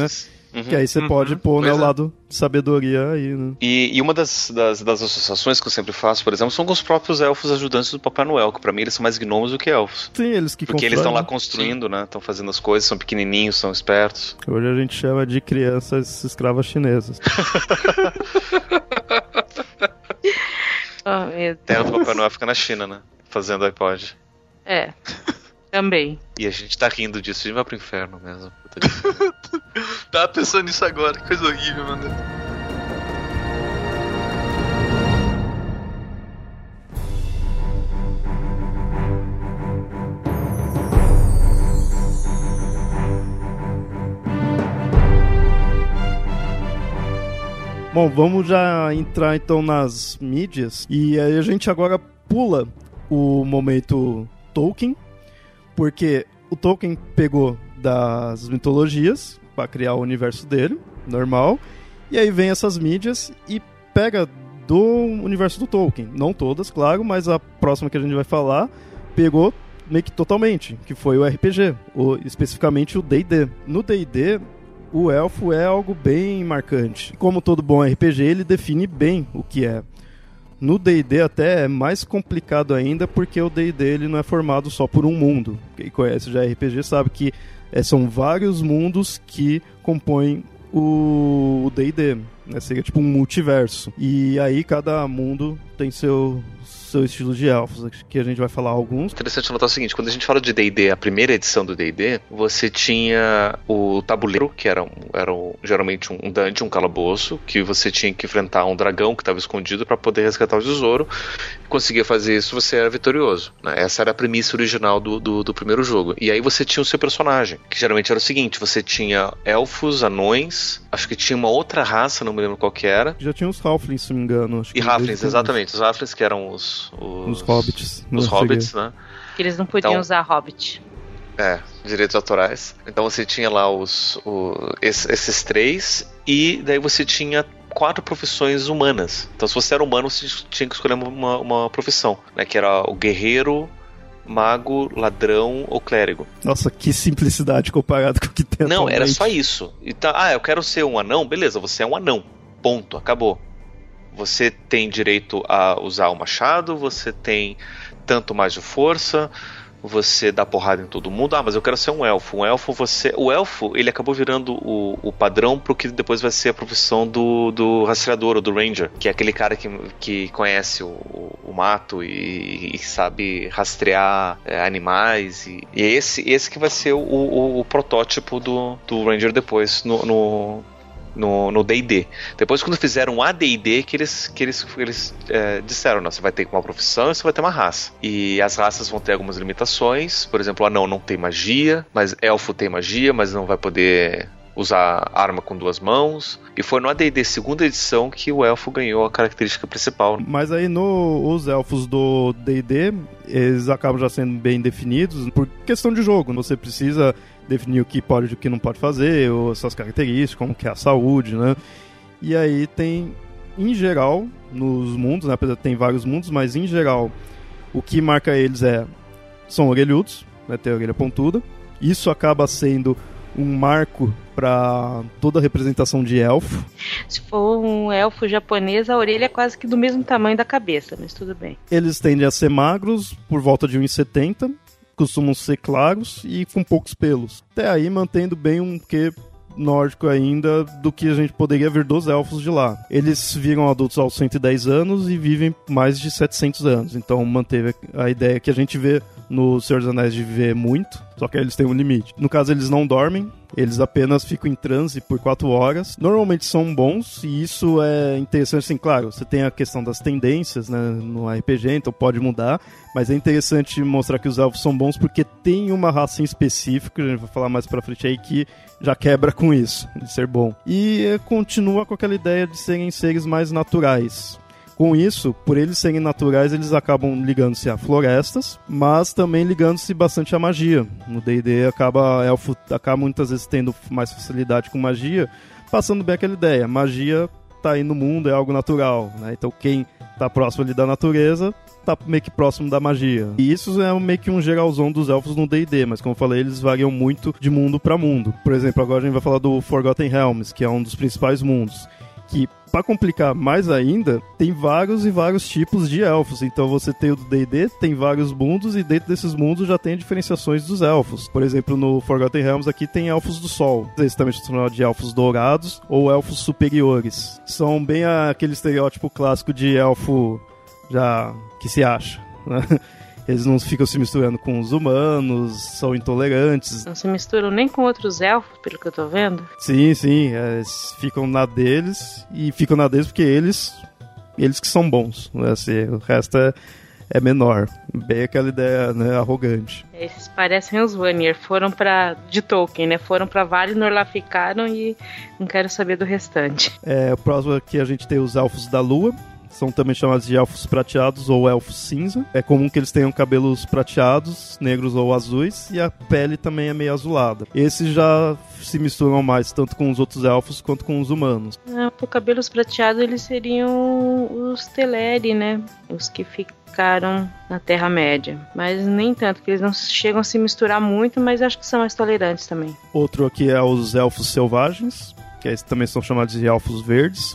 Uhum. Que aí você uhum. pode pôr, né, o lado de sabedoria aí, né? E, e uma das, das, das associações que eu sempre faço, por exemplo, são com os próprios elfos ajudantes do Papai Noel, que pra mim eles são mais gnomos do que elfos. Sim, eles que Porque eles estão lá construindo, Sim. né? Estão fazendo as coisas, são pequenininhos, são espertos. Hoje a gente chama de crianças escravas chinesas. Oh, meu Tem o Papai Noel fica na China, né? Fazendo iPod. É, também. E a gente tá rindo disso, a gente vai pro inferno mesmo. Tava pensando nisso agora, que coisa horrível, mano. Bom, vamos já entrar então nas mídias. E aí a gente agora pula o momento Tolkien, porque o Tolkien pegou das mitologias para criar o universo dele, normal, e aí vem essas mídias e pega do universo do Tolkien, não todas, claro, mas a próxima que a gente vai falar pegou meio que totalmente, que foi o R P G, ou especificamente o D e D. No D e D, o elfo é algo bem marcante. Como todo bom R P G, ele define bem o que é. No D e D até é mais complicado ainda, porque o D e D ele não é formado só por um mundo. Quem conhece já R P G sabe que é, são vários mundos que compõem o D e D. Né? Seria tipo um multiverso. E aí cada mundo tem seu... seu estilo de elfos, que a gente vai falar alguns. Interessante notar o seguinte, quando a gente fala de D e D, a primeira edição do D e D, você tinha o tabuleiro, que era, um, era um, geralmente um dungeon, um calabouço, que você tinha que enfrentar um dragão que estava escondido para poder resgatar o tesouro. Conseguia fazer isso, você era vitorioso. Né? Essa era a premissa original do, do, do primeiro jogo. E aí você tinha o seu personagem, que geralmente era o seguinte, você tinha elfos, anões, acho que tinha uma outra raça, não me lembro qual que era. Já tinha os halflings, se não me engano. Acho e halflings, exatamente. Os halflings que eram os Os, os hobbits. Os hobbits, né? Que eles não podiam então, usar hobbit. É, direitos autorais. Então você tinha lá os, os esses, esses três, e daí você tinha quatro profissões humanas. Então se você era humano, você tinha que escolher uma, uma profissão, né? Que era o guerreiro, mago, ladrão ou clérigo. Nossa, que simplicidade comparado com o que tem Não, atualmente. era só isso. Então, ah, eu quero ser um anão? Beleza, você é um anão. Ponto, acabou. Você tem direito a usar o machado, você tem tanto mais de força, você dá porrada em todo mundo. Ah, mas eu quero ser um elfo. Um elfo, você... O elfo, ele acabou virando o, o padrão pro que depois vai ser a profissão do, do rastreador ou do ranger, que é aquele cara que, que conhece o, o mato e, e sabe rastrear é, animais. E, e é esse, esse que vai ser o, o, o protótipo do, do ranger depois no... no No, no D e D. Depois, quando fizeram o A D e D, que eles, que eles, eles é, disseram, não, você vai ter uma profissão e você vai ter uma raça. E as raças vão ter algumas limitações. Por exemplo, o anão não tem magia, mas elfo tem magia, mas não vai poder usar arma com duas mãos. E foi no A D e D segunda edição que o elfo ganhou a característica principal. Mas aí no, os elfos do D e D, eles acabam já sendo bem definidos por questão de jogo. Você precisa definir o que pode e o que não pode fazer, ou suas características, como que é a saúde, né? E aí tem, em geral, nos mundos, né? Apesar de tem vários mundos, mas em geral, o que marca eles é são orelhudos, né? Tem a orelha pontuda. Isso acaba sendo um marco para toda a representação de elfo. Se for um elfo japonês, a orelha é quase que do mesmo tamanho da cabeça, mas tudo bem. Eles tendem a ser magros, por volta de um metro e setenta, costumam ser claros e com poucos pelos. Até aí mantendo bem um quê nórdico ainda do que a gente poderia ver dos elfos de lá. Eles viram adultos aos cento e dez anos e vivem mais de setecentos anos. Então manteve a ideia que a gente vê no Senhor dos Anéis de viver muito, só que eles têm um limite. No caso, eles não dormem, eles apenas ficam em transe por quatro horas. Normalmente são bons, e isso é interessante, assim, claro, você tem a questão das tendências, né, no R P G, então pode mudar, mas é interessante mostrar que os elfos são bons porque tem uma raça em específico, a gente vai falar mais pra frente aí, que já quebra com isso, de ser bom. E é, continua com aquela ideia de serem seres mais naturais. Com isso, por eles serem naturais, eles acabam ligando-se a florestas, mas também ligando-se bastante à magia. No D e D, acaba, elfo acaba muitas vezes tendo mais facilidade com magia, passando bem aquela ideia. Magia tá aí no mundo, é algo natural, né? Então quem tá próximo ali da natureza tá meio que próximo da magia. E isso é meio que um geralzão dos elfos no D e D, mas como eu falei, eles variam muito de mundo pra mundo. Por exemplo, agora a gente vai falar do Forgotten Realms, que é um dos principais mundos. Que, pra complicar mais ainda, tem vários e vários tipos de elfos. Então você tem o do D e D, tem vários mundos, e dentro desses mundos já tem diferenciações dos elfos. Por exemplo, no Forgotten Realms aqui tem elfos do sol. Eles também são chamados de elfos dourados ou elfos superiores. São bem aquele estereótipo clássico de elfo já que se acha, né? Eles não ficam se misturando com os humanos, são intolerantes. Não se misturam nem com outros elfos, pelo que eu tô vendo. Sim, sim, eles ficam na deles, e ficam na deles porque eles, eles que são bons, né? Assim, o resto é, é menor. Bem aquela ideia, né, arrogante. Esses parecem os Vanir, foram pra, de Tolkien, né? Foram pra Valinor, lá ficaram e não quero saber do restante. É, o próximo aqui a gente tem os Elfos da Lua. São também chamados de elfos prateados ou elfos cinza. É comum que eles tenham cabelos prateados, negros ou azuis, e a pele também é meio azulada. Esses já se misturam mais tanto com os outros elfos quanto com os humanos. Ah, por cabelos prateados eles seriam os Teleri, né? Os que ficaram na Terra-média. Mas nem tanto, porque eles não chegam a se misturar muito, mas acho que são mais tolerantes também. Outro aqui é os elfos selvagens, que esses também são chamados de elfos verdes.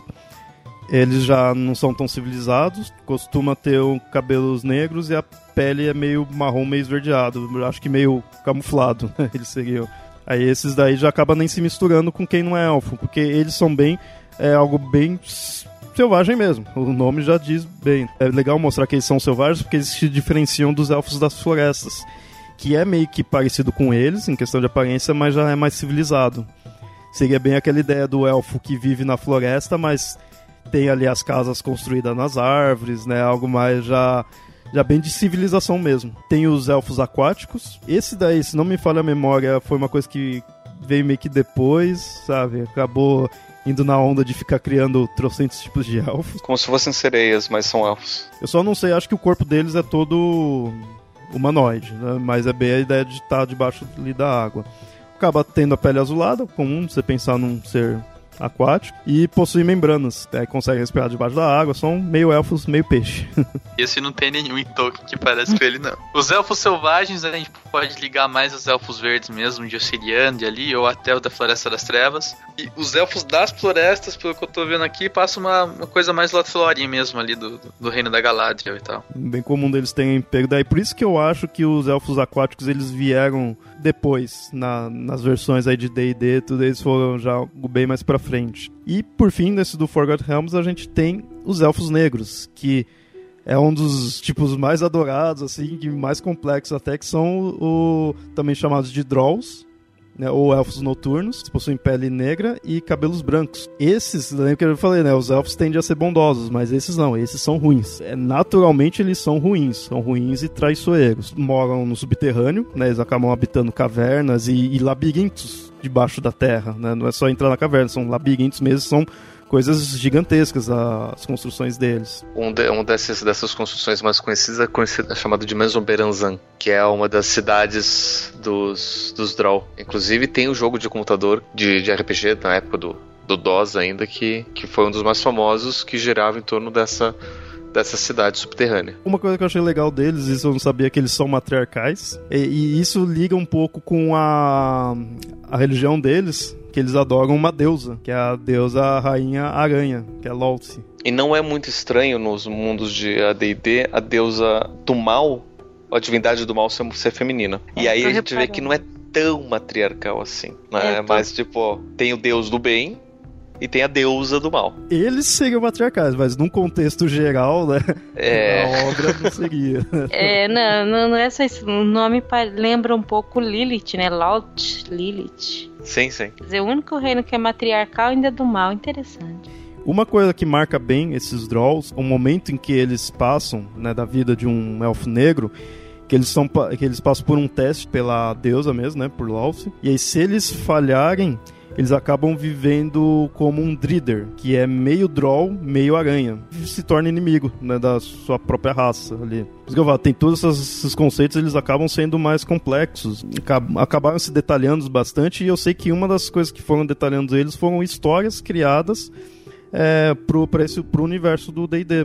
Eles já não são tão civilizados, costuma ter cabelos negros e a pele é meio marrom, meio esverdeado, acho que meio camuflado, né? Eles seriam. Aí esses daí já acabam nem se misturando com quem não é elfo, porque eles são bem, é algo bem selvagem mesmo, o nome já diz bem. É legal mostrar que eles são selvagens porque eles se diferenciam dos elfos das florestas, que é meio que parecido com eles, em questão de aparência, mas já é mais civilizado. Seria bem aquela ideia do elfo que vive na floresta, mas tem ali as casas construídas nas árvores, né? Algo mais já, já bem de civilização mesmo. Tem os elfos aquáticos. Esse daí, se não me falha a memória, foi uma coisa que veio meio que depois, sabe? Acabou indo na onda de ficar criando trocentos tipos de elfos. Como se fossem sereias, mas são elfos. Eu só não sei, acho que o corpo deles é todo humanoide, né? Mas é bem a ideia de estar debaixo ali da água. Acaba tendo a pele azulada, comum você pensar num ser aquático, e possui membranas, aí consegue respirar debaixo da água, são meio elfos, meio peixe. Esse não tem nenhum em Tolkien que parece com ele, não. Os elfos selvagens a gente pode ligar mais aos elfos verdes mesmo, de Ossiriande ali, ou até o da Floresta das Trevas. E os elfos das florestas, pelo que eu tô vendo aqui, passa uma, uma coisa mais Lothlórien mesmo ali, do, do reino da Galadriel e tal. Bem comum deles terem pego daí, por isso que eu acho que os elfos aquáticos, eles vieram depois, na, nas versões aí de D e D, tudo eles foram já bem mais pra frente. E por fim, nesse do Forgotten Realms, a gente tem os elfos negros, que é um dos tipos mais adorados, assim, e mais complexos até, que são o, também chamados de Drolls, né, ou elfos noturnos, que possuem pele negra e cabelos brancos. Esses, lembra que eu falei, né, os elfos tendem a ser bondosos, mas esses não, esses são ruins. É, naturalmente eles são ruins, são ruins e traiçoeiros. Moram no subterrâneo, né, eles acabam habitando cavernas e, e labirintos debaixo da terra, né, não é só entrar na caverna, são labirintos mesmo, são coisas gigantescas as construções deles. Um, de, um desses, dessas construções mais conhecidas é, conhecida, é chamado de Menzoberranzan, que é uma das cidades dos, dos Drow. Inclusive tem um jogo de computador de, de R P G na época do, do DOS ainda, que, que foi um dos mais famosos, que girava em torno dessa, dessa cidade subterrânea. Uma coisa que eu achei legal deles, isso eu não sabia, que eles são matriarcais, e, e isso liga um pouco com a, a religião deles, que eles adoram uma deusa, que é a deusa a rainha aranha, que é Lolth. E não é muito estranho nos mundos de A D e D a deusa do mal, a divindade do mal ser, ser feminina. É, e aí a gente vê que não é tão matriarcal assim, né? É, tô... Mas tipo, tem o deus do bem e tem a deusa do mal. Eles seriam matriarcais, mas num contexto geral, né? É. A obra não seria. É, não, não, não é só isso. O nome lembra um pouco Lilith, né? Lolth, Lilith. Sim, sim. Quer dizer, o único reino que é matriarcal ainda é do mal. Interessante. Uma coisa que marca bem esses Drolls, o momento em que eles passam, né, da vida de um elfo negro, que eles, são, que eles passam por um teste pela deusa mesmo, né, por Lolth. E aí, se eles falharem, eles acabam vivendo como um Dridder, que é meio Droll, meio aranha. E se torna inimigo, né, da sua própria raça ali. Por isso que eu falo, tem todos esses conceitos, eles acabam sendo mais complexos. Acabaram se detalhando bastante, e eu sei que uma das coisas que foram detalhando eles foram histórias criadas é, pro, pra esse, pro universo do D e D.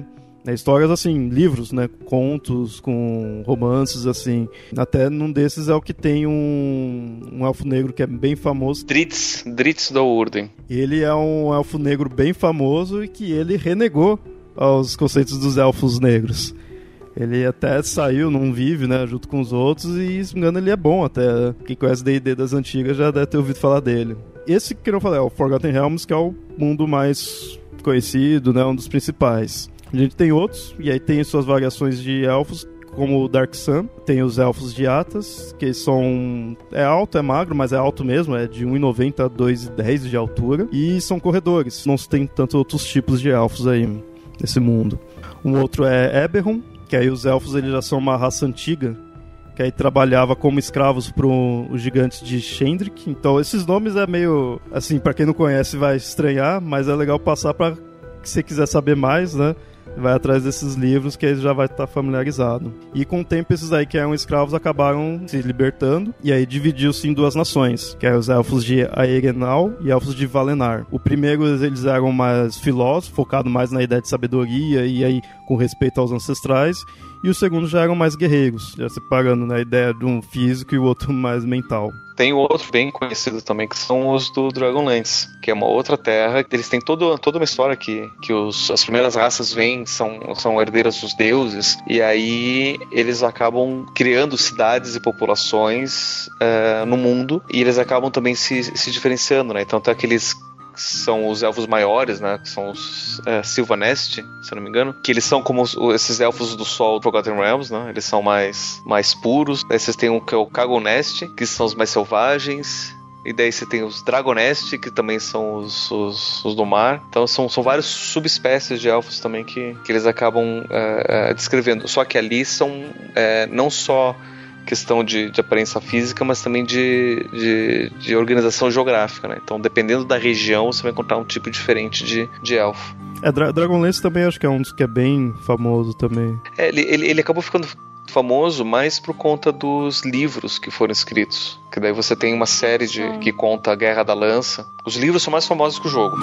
É, histórias assim, livros, né? Contos com romances, assim. Até num desses é o que tem um, um elfo negro que é bem famoso. Drizzt, Drizzt Do'Urden. Ele é um elfo negro bem famoso e que ele renegou aos conceitos dos elfos negros. Ele até saiu, não vive, né, junto com os outros, e se não me engano ele é bom até. Quem conhece D e D das antigas já deve ter ouvido falar dele. Esse que eu falei é o Forgotten Realms, que é o mundo mais conhecido, né, um dos principais. A gente tem outros, e aí tem suas variações de elfos, como o Dark Sun. Tem os elfos de Atas, que são... é alto, é magro, mas é alto mesmo, é de um e noventa a dois e dez de altura. E são corredores, não se tem tantos outros tipos de elfos aí nesse mundo. Um outro é Eberron, que aí os elfos eles já são uma raça antiga, que aí trabalhava como escravos para os gigantes de Shendrik. Então esses nomes é meio... assim, para quem não conhece vai estranhar, mas é legal passar para que você quiser saber mais, né? Vai atrás desses livros que aí já vai estar familiarizado. E com o tempo esses aí que eram escravos acabaram se libertando, e aí dividiu-se em duas nações, que eram os elfos de Aerenal e elfos de Valenar. O primeiro eles eram mais filósofos, focado mais na ideia de sabedoria e aí com respeito aos ancestrais, e o segundo já eram mais guerreiros, já separando na ideia de um físico e o outro mais mental. Tem outro bem conhecido também, que são os do Dragonlance, que é uma outra terra. Eles têm todo, toda uma história que, que os, as primeiras raças vêm, são, são herdeiras dos deuses, e aí eles acabam criando cidades e populações uh, no mundo, e eles acabam também se, se diferenciando, né? Então tem aqueles... são os elfos maiores, né, que são os é, Sylvanest, se eu não me engano, que eles são como os, esses elfos do sol do Forgotten Realms, né, eles são mais, mais puros. Aí vocês têm um que é o Cagonest, que são os mais selvagens, e daí você tem os Dragonest, que também são os, os, os do mar. Então são, são várias subespécies de elfos também que, que eles acabam é, é, descrevendo, só que ali são é, não só questão de, de aparência física, mas também de, de, de organização geográfica, né? Então, dependendo da região, você vai encontrar um tipo diferente de, de elfo. É, Dra- Dragonlance também acho que é um dos que é bem famoso também. É, ele, ele, ele acabou ficando famoso mais por conta dos livros que foram escritos. Que daí você tem uma série de, que conta a Guerra da Lança. Os livros são mais famosos que o jogo.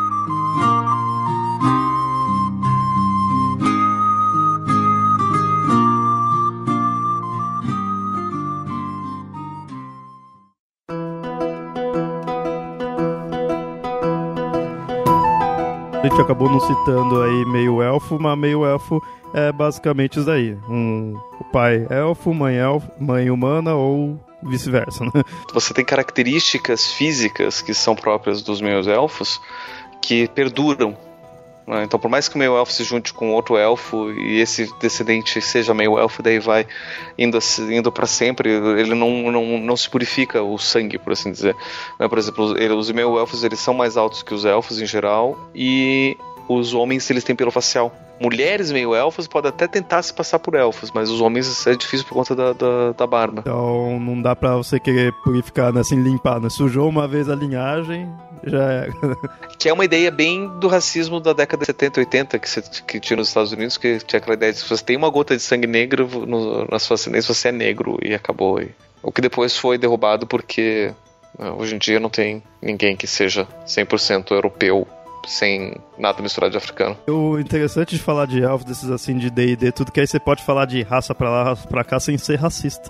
A gente acabou não citando aí meio elfo, mas meio elfo é basicamente isso daí. Um, o pai elfo, mãe elfo, mãe humana ou vice-versa, né? Você tem características físicas que são próprias dos meios elfos que perduram, né? Então, por mais que o meio elfo se junte com outro elfo e esse descendente seja meio elfo, daí vai indo, indo para sempre, ele não, não, não se purifica o sangue, por assim dizer. Por exemplo, ele, os meio elfos eles são mais altos que os elfos em geral, e os homens eles têm pelo facial. Mulheres meio elfos podem até tentar se passar por elfos, mas os homens é difícil por conta da, da, da barba. Então não dá pra você querer purificar, né, assim, limpar, né? Sujou uma vez a linhagem, já é. Que é uma ideia bem do racismo da década de setenta, oitenta, que, você, que tinha nos Estados Unidos, que tinha aquela ideia de se você tem uma gota de sangue negro no, na sua ascendência, você é negro, e acabou. E, o que depois foi derrubado porque hoje em dia não tem ninguém que seja cem por cento europeu sem nada misturado de africano. O interessante de falar de elfos, desses assim de D e D, tudo que aí você pode falar de raça pra lá, raça pra cá sem ser racista.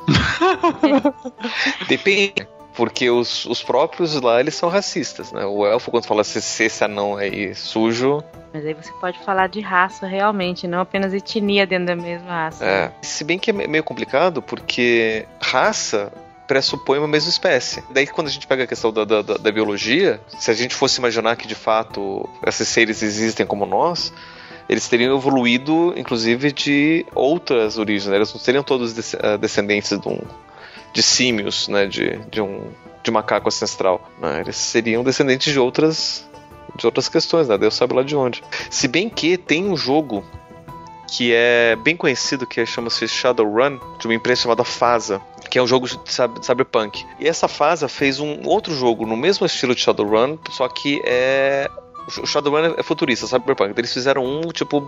Depende, porque os, os próprios lá, eles são racistas, né? O elfo, quando fala se esse anão aí sujo... Mas aí você pode falar de raça realmente, não apenas etnia dentro da mesma raça. É, se bem que é meio complicado, porque raça pressupõe uma mesma espécie. Daí quando a gente pega a questão da, da, da biologia, se a gente fosse imaginar que de fato esses seres existem como nós, eles teriam evoluído inclusive de outras origens, né? Eles não seriam todos descendentes de, um, de símios, né? de, de um de macaco ancestral, né? Eles seriam descendentes de outras, de outras questões, né? Deus sabe lá de onde. Se bem que tem um jogo que é bem conhecido, que chama-se Shadowrun, de uma empresa chamada Fasa, que é um jogo de cyberpunk. E essa Fasa fez um outro jogo no mesmo estilo de Shadowrun, só que é... o Shadowrun é futurista, cyberpunk. Eles fizeram um, tipo,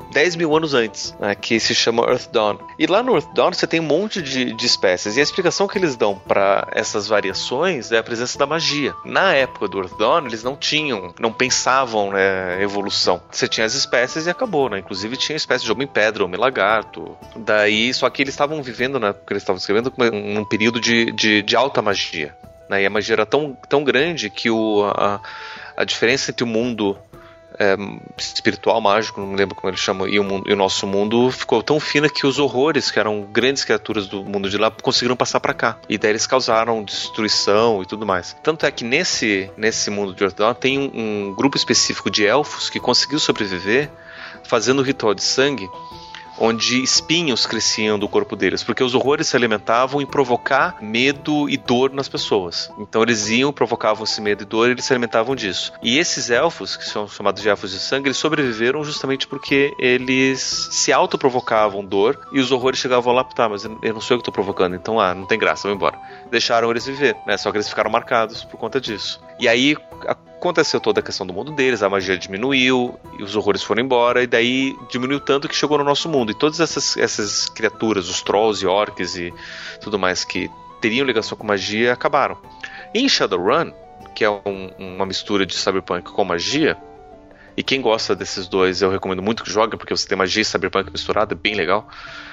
dez mil anos antes, né, que se chama Earth Dawn. E lá no Earth Dawn você tem um monte de, de espécies, e a explicação que eles dão para essas variações é a presença da magia. Na época do Earth Dawn, eles não tinham, não pensavam, né, evolução. Você tinha as espécies e acabou, né? Inclusive tinha espécies de homem-pedra, homem-lagarto. Daí, só que eles estavam vivendo, na época que eles estavam escrevendo, num período de, de, de alta magia. Né? E a magia era tão, tão grande que o, a, a diferença entre o mundo é, espiritual, mágico, não me lembro como ele chama, e o, mundo, e o nosso mundo ficou tão fina que os horrores, que eram grandes criaturas do mundo de lá, conseguiram passar pra cá. E daí eles causaram destruição e tudo mais. Tanto é que nesse, nesse mundo de Earth Dawn tem um, um grupo específico de elfos que conseguiu sobreviver fazendo o ritual de sangue, onde espinhos cresciam do corpo deles, porque os horrores se alimentavam em provocar medo e dor nas pessoas. Então eles iam, provocavam esse medo e dor, e eles se alimentavam disso. E esses elfos, que são chamados de elfos de sangue, eles sobreviveram justamente porque eles se autoprovocavam dor, e os horrores chegavam lá, tá, mas eu não sou eu que estou provocando, então ah, não tem graça, vou embora. Deixaram eles viver, né? Só que eles ficaram marcados por conta disso. E aí aconteceu toda a questão do mundo deles, a magia diminuiu, e os horrores foram embora, e daí diminuiu tanto que chegou no nosso mundo. E todas essas, essas criaturas, os trolls e orcs e tudo mais que teriam ligação com magia, acabaram. E em Shadowrun, que é um, uma mistura de cyberpunk com magia, e quem gosta desses dois eu recomendo muito que jogue, porque você tem magia e cyberpunk misturada, é bem legal.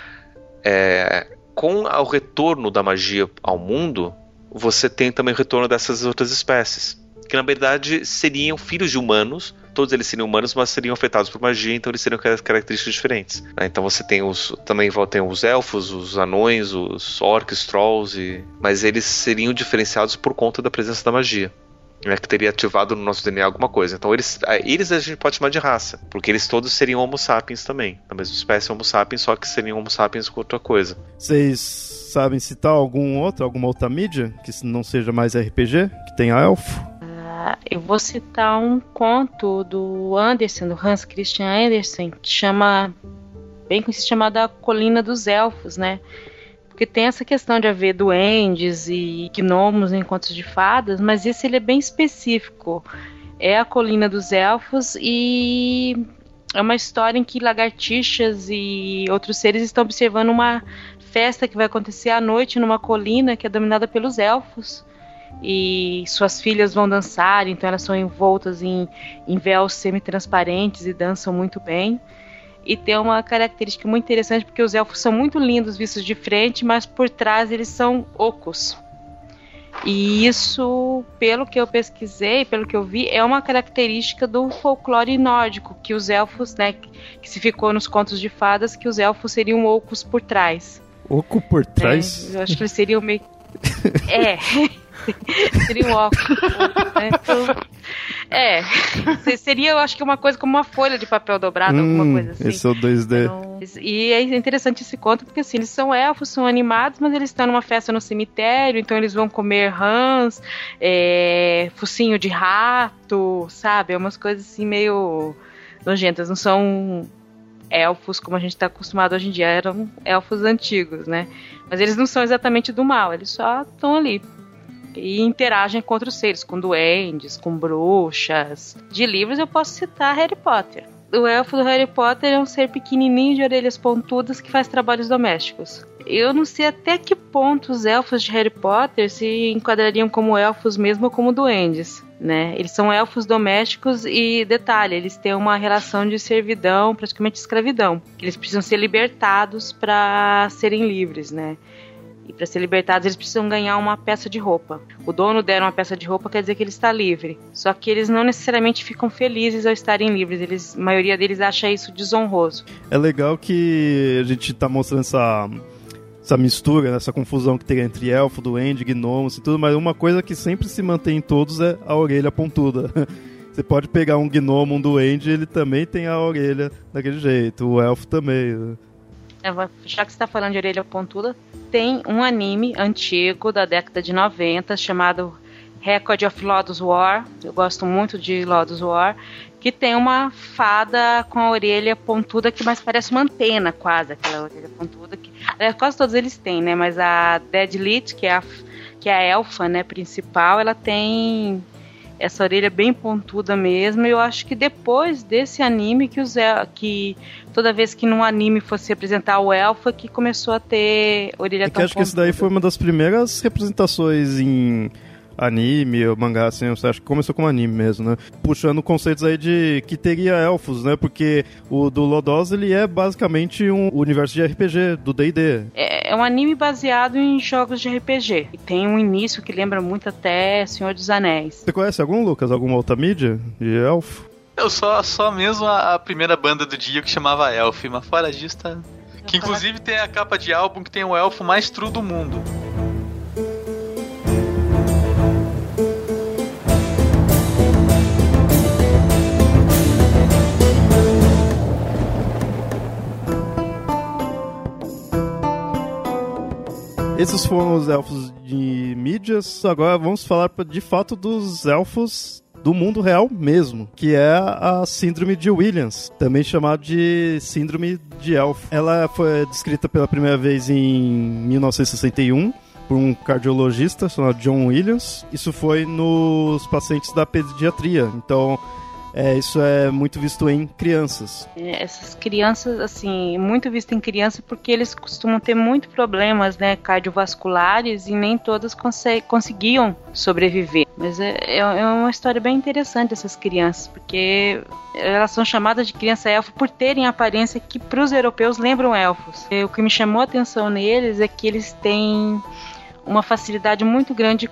É, com o retorno da magia ao mundo, você tem também o retorno dessas outras espécies, que na verdade seriam filhos de humanos. Todos eles seriam humanos, mas seriam afetados por magia, então eles seriam características diferentes. Então você tem os, também tem os elfos, os anões, os orcs, trolls, e, mas eles seriam diferenciados por conta da presença da magia, né, que teria ativado no nosso D N A alguma coisa. Então eles, eles a gente pode chamar de raça, porque eles todos seriam Homo sapiens também, da mesma espécie Homo sapiens, só que seriam Homo sapiens com outra coisa. Vocês sabem citar algum outro, alguma outra mídia que não seja mais R P G, que tenha elfo? Eu vou citar um conto do Andersen, do Hans Christian Andersen, que chama, bem conhecido, chamado A Colina dos Elfos, né? Porque tem essa questão de haver duendes e gnomos em contos de fadas, mas esse ele é bem específico. É a Colina dos Elfos e é uma história em que lagartixas e outros seres estão observando uma festa que vai acontecer à noite numa colina que é dominada pelos elfos. E suas filhas vão dançar, então elas são envoltas em, em véus semi-transparentes e dançam muito bem. E tem uma característica muito interessante, porque os elfos são muito lindos vistos de frente, mas por trás eles são ocos. E isso, pelo que eu pesquisei, pelo que eu vi, é uma característica do folclore nórdico, que os elfos, né, que se ficou nos contos de fadas, que os elfos seriam ocos por trás. Oco por trás? É, eu acho que eles seriam meio... É... seria um óculos, né? Então, é, seria, eu acho que uma coisa como uma folha de papel dobrada, hum, alguma coisa assim. Esse é o dois D. Então, e é interessante esse conto, porque assim, eles são elfos, são animados, mas eles estão numa festa no cemitério, então eles vão comer rãs, é, focinho de rato, sabe? É umas coisas assim meio nojentas, não são elfos como a gente está acostumado hoje em dia, eram elfos antigos, né? Mas eles não são exatamente do mal, eles só estão ali. E interagem com outros seres, com duendes, com bruxas. De livros eu posso citar Harry Potter. O elfo do Harry Potter é um ser pequenininho de orelhas pontudas que faz trabalhos domésticos. Eu não sei até que ponto os elfos de Harry Potter se enquadrariam como elfos mesmo ou como duendes, né? Eles são elfos domésticos e, detalhe, eles têm uma relação de servidão, praticamente escravidão. Eles precisam ser libertados para serem livres, né? E para ser libertados eles precisam ganhar uma peça de roupa. O dono der uma peça de roupa quer dizer que ele está livre. Só que eles não necessariamente ficam felizes ao estarem livres. Eles, a maioria deles acha isso desonroso. É legal que a gente está mostrando essa, essa mistura, essa confusão que tem entre elfo, duende, gnomos e tudo, mas uma coisa que sempre se mantém em todos é a orelha pontuda. Você pode pegar um gnomo, um duende, ele também tem a orelha daquele jeito. O elfo também. Já que você está falando de orelha pontuda, tem um anime antigo da década de noventa chamado Record of Lodoss War. Eu gosto muito de Lodoss War, que tem uma fada com a orelha pontuda que mais parece uma antena, quase, aquela orelha pontuda que é, quase todos eles têm, né? Mas a Deadlit, que é a, que é a elfa, né, principal, ela tem essa orelha bem pontuda mesmo. Eu acho que depois desse anime que, os el- que toda vez que num anime fosse representar o elfo é que começou a ter orelha É tão que acho que esse daí foi uma das primeiras representações em anime ou mangá, assim, eu acho que começou como anime mesmo, né? Puxando conceitos aí de que teria elfos, né? Porque o do Lodoss, ele é basicamente um universo de R P G, do D e D. É, é um anime baseado em jogos de R P G. E tem um início que lembra muito até Senhor dos Anéis. Você conhece algum, Lucas? Alguma outra mídia de elfo? Eu só, só mesmo a, a primeira banda do Dio que chamava Elf, mas fora disso, tá... Que inclusive tem a capa de álbum que tem o elfo mais true do mundo. Esses foram os elfos de mídias. Agora vamos falar de fato dos elfos do mundo real mesmo, que é a síndrome de Williams, também chamada de síndrome de elfo. Ela foi descrita pela primeira vez em mil novecentos e sessenta e um por um cardiologista chamado John Williams. Isso foi nos pacientes da pediatria. Então, É, isso é muito visto em crianças. É, essas crianças, assim, muito visto em criança porque eles costumam ter muito problemas, né, cardiovasculares e nem todas conse- conseguiam sobreviver. Mas é, é uma história bem interessante essas crianças, porque elas são chamadas de criança elfo por terem a aparência que para os europeus lembram elfos. E o que me chamou a atenção neles é que eles têm uma facilidade muito grande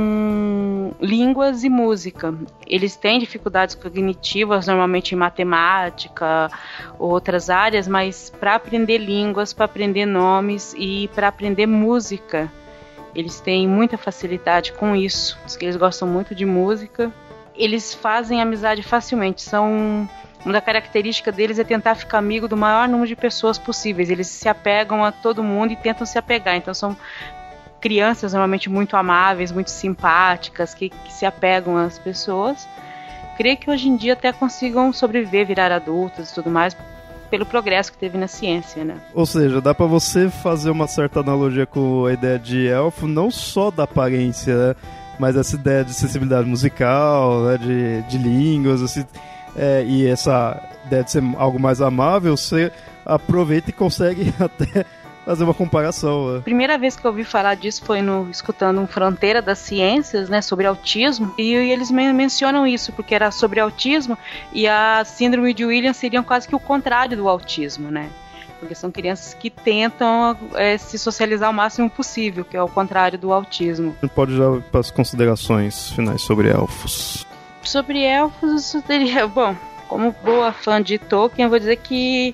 com línguas e música. Eles têm dificuldades cognitivas, normalmente em matemática, outras áreas, mas para aprender línguas, para aprender nomes e para aprender música, eles têm muita facilidade com isso. Eles gostam muito de música. Eles fazem amizade facilmente. São... Uma da característica deles é tentar ficar amigo do maior número de pessoas possíveis. Eles se apegam a todo mundo e tentam se apegar. Então são crianças normalmente muito amáveis, muito simpáticas, que, que se apegam às pessoas. Creio que hoje em dia até consigam sobreviver, virar adultos e tudo mais, pelo progresso que teve na ciência, né? Ou seja, dá pra você fazer uma certa analogia com a ideia de elfo, não só da aparência, né? Mas essa ideia de sensibilidade musical, né? de, de línguas, assim, é, e essa ideia de ser algo mais amável, você aproveita e consegue até fazer uma comparação. Né? A primeira vez que eu ouvi falar disso foi no, escutando um Fronteira das Ciências, né, sobre autismo, e, e eles men- mencionam isso, porque era sobre autismo, e a síndrome de Williams seria quase que o contrário do autismo, né? Porque são crianças que tentam é, se socializar o máximo possível, que é o contrário do autismo. A gente pode já ir para as considerações finais sobre elfos. Sobre elfos, isso teria... Bom, como boa fã de Tolkien, eu vou dizer que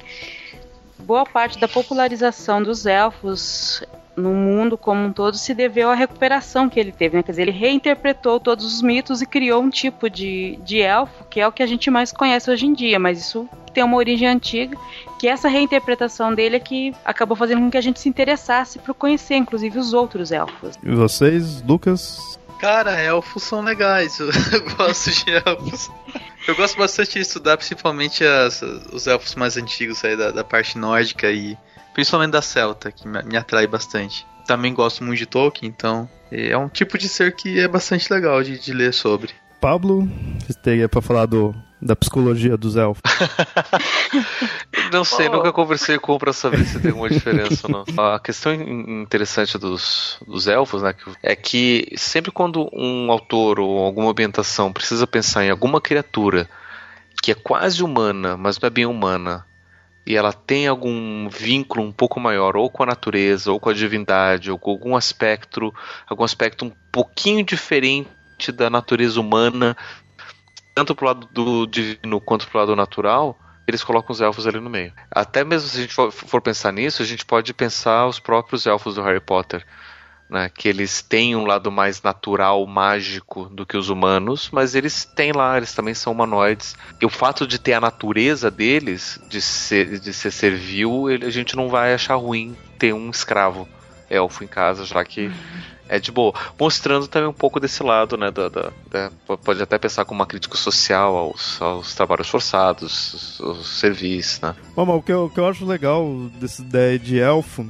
boa parte da popularização dos elfos no mundo como um todo se deveu à recuperação que ele teve, né? Quer dizer, ele reinterpretou todos os mitos e criou um tipo de, de elfo, que é o que a gente mais conhece hoje em dia, mas isso tem uma origem antiga, que essa reinterpretação dele é que acabou fazendo com que a gente se interessasse por conhecer, inclusive, os outros elfos. E vocês, Lucas? Cara, elfos são legais, eu, eu gosto de elfos. Eu gosto bastante de estudar, principalmente as, os elfos mais antigos aí da, da parte nórdica e principalmente da celta, que me, me atrai bastante. Também gosto muito de Tolkien, então é um tipo de ser que é bastante legal de, de ler sobre. Pablo, você teria pra falar do, da psicologia dos elfos? Não sei, oh. nunca conversei com um pra saber se tem alguma diferença ou não. A questão interessante dos, dos elfos, né, é que sempre quando um autor ou alguma ambientação precisa pensar em alguma criatura que é quase humana, mas não é bem humana, e ela tem algum vínculo um pouco maior, ou com a natureza, ou com a divindade, ou com algum aspecto, algum aspecto um pouquinho diferente da natureza humana, tanto pro lado do divino quanto pro lado natural, eles colocam os elfos ali no meio. Até mesmo se a gente for, for pensar nisso, a gente pode pensar os próprios elfos do Harry Potter, né, que eles têm um lado mais natural, mágico do que os humanos, mas eles têm lá, eles também são humanoides. E o fato de ter a natureza deles, de ser, de ser servil, ele, a gente não vai achar ruim ter um escravo elfo em casa, já que é de boa. Mostrando também um pouco desse lado, né, da, da, da, pode até pensar como uma crítica social aos, aos trabalhos forçados, aos serviços, né. Bom, mas o que eu, o que eu acho legal dessa ideia de elfo,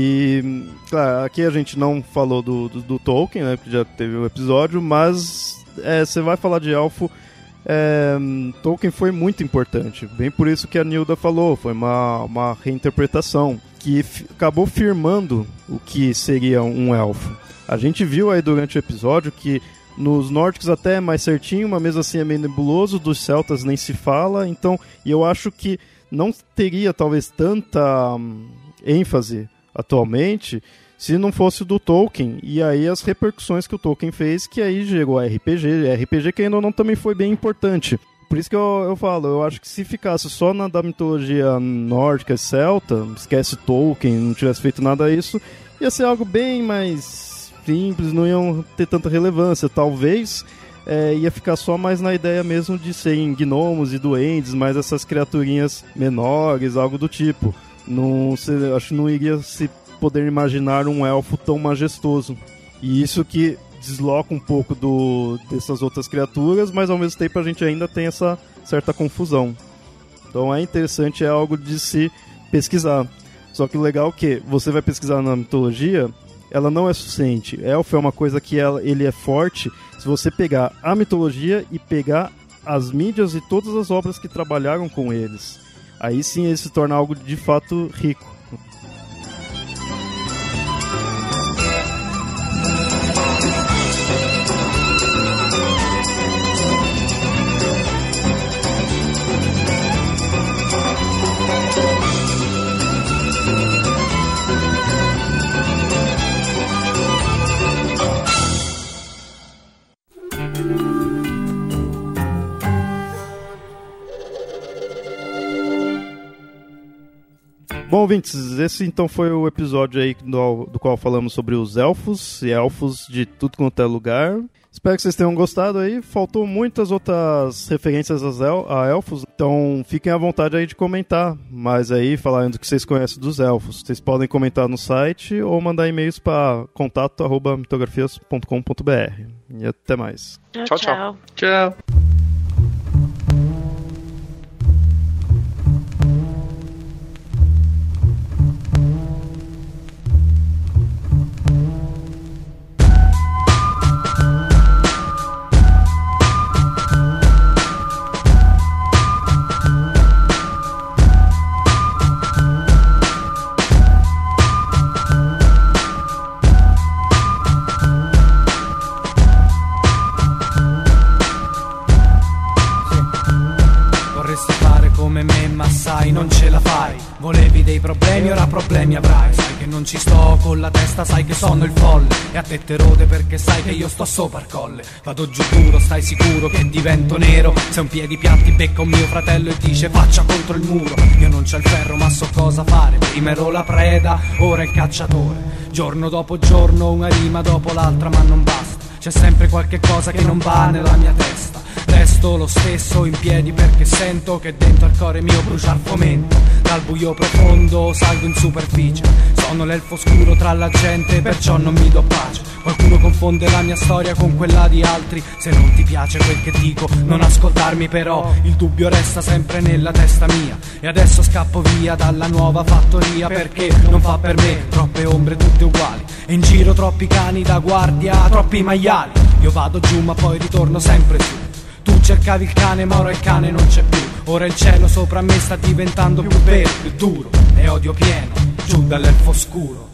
que, claro, aqui a gente não falou do, do, do Tolkien, né, porque já teve um episódio, mas é, você vai falar de elfo, é, Tolkien foi muito importante. Bem por isso que a Nilda falou, foi uma, uma reinterpretação que f- acabou firmando o que seria um elfo. A gente viu aí durante o episódio que nos nórdicos até é mais certinho, mas mesmo assim é meio nebuloso, dos celtas nem se fala, então, e eu acho que não teria talvez tanta hum, ênfase atualmente se não fosse do Tolkien, e aí as repercussões que o Tolkien fez, que aí gerou a R P G, R P G que ainda não também foi bem importante. Por isso que eu, eu falo, eu acho que se ficasse só na da mitologia nórdica celta, esquece Tolkien, não tivesse feito nada disso, ia ser algo bem mais simples, não iam ter tanta relevância. Talvez é, ia ficar só mais na ideia mesmo de serem gnomos e duendes, mais essas criaturinhas menores, algo do tipo. Não, se, acho que não iria se poder imaginar um elfo tão majestoso. E isso que desloca um pouco do, dessas outras criaturas, mas ao mesmo tempo a gente ainda tem essa certa confusão. Então é interessante, é algo de se pesquisar. Só que o legal é que você vai pesquisar na mitologia, ela não é suficiente. Elfo é uma coisa que ela, ele é forte se você pegar a mitologia e pegar as mídias e todas as obras que trabalharam com eles. Aí sim ele se torna algo de fato rico. Bom, ouvintes, esse então foi o episódio aí do, do qual falamos sobre os elfos e elfos de tudo quanto é lugar. Espero que vocês tenham gostado aí. Faltou muitas outras referências el- a elfos, então fiquem à vontade aí de comentar. Mas aí, falando do que vocês conhecem dos elfos, vocês podem comentar no site ou mandar e-mails para contato arroba mitografias ponto com ponto b r. E até mais. Tchau, tchau. Tchau. Non ce la fai, volevi dei problemi, ora problemi avrai. Sai che non ci sto con la testa, sai che sono il folle e a te te rode perché sai che io sto sopra il colle. Vado giù duro, stai sicuro che divento nero. Se un piedi piatti becca un mio fratello e dice faccia contro il muro. Io non c'ho il ferro ma so cosa fare, prima ero la preda, ora il cacciatore. Giorno dopo giorno, una rima dopo l'altra ma non basta. C'è sempre qualche cosa che non va nella mia testa. Resto lo stesso in piedi perché sento che dentro al cuore mio bruciar fomento. Dal buio profondo salgo in superficie. Sono l'elfo scuro tra la gente, perciò non mi do pace. Qualcuno confonde la mia storia con quella di altri. Se non ti piace quel che dico, non ascoltarmi però. Il dubbio resta sempre nella testa mia. E adesso scappo via dalla nuova fattoria perché non fa per me, troppe ombre tutte uguali. E in giro troppi cani da guardia, troppi maiali. Io vado giù ma poi ritorno sempre su. Tu cercavi il cane ma ora il cane non c'è più. Ora il cielo sopra me sta diventando più vero, più duro. E odio pieno, giù dall'elfo scuro.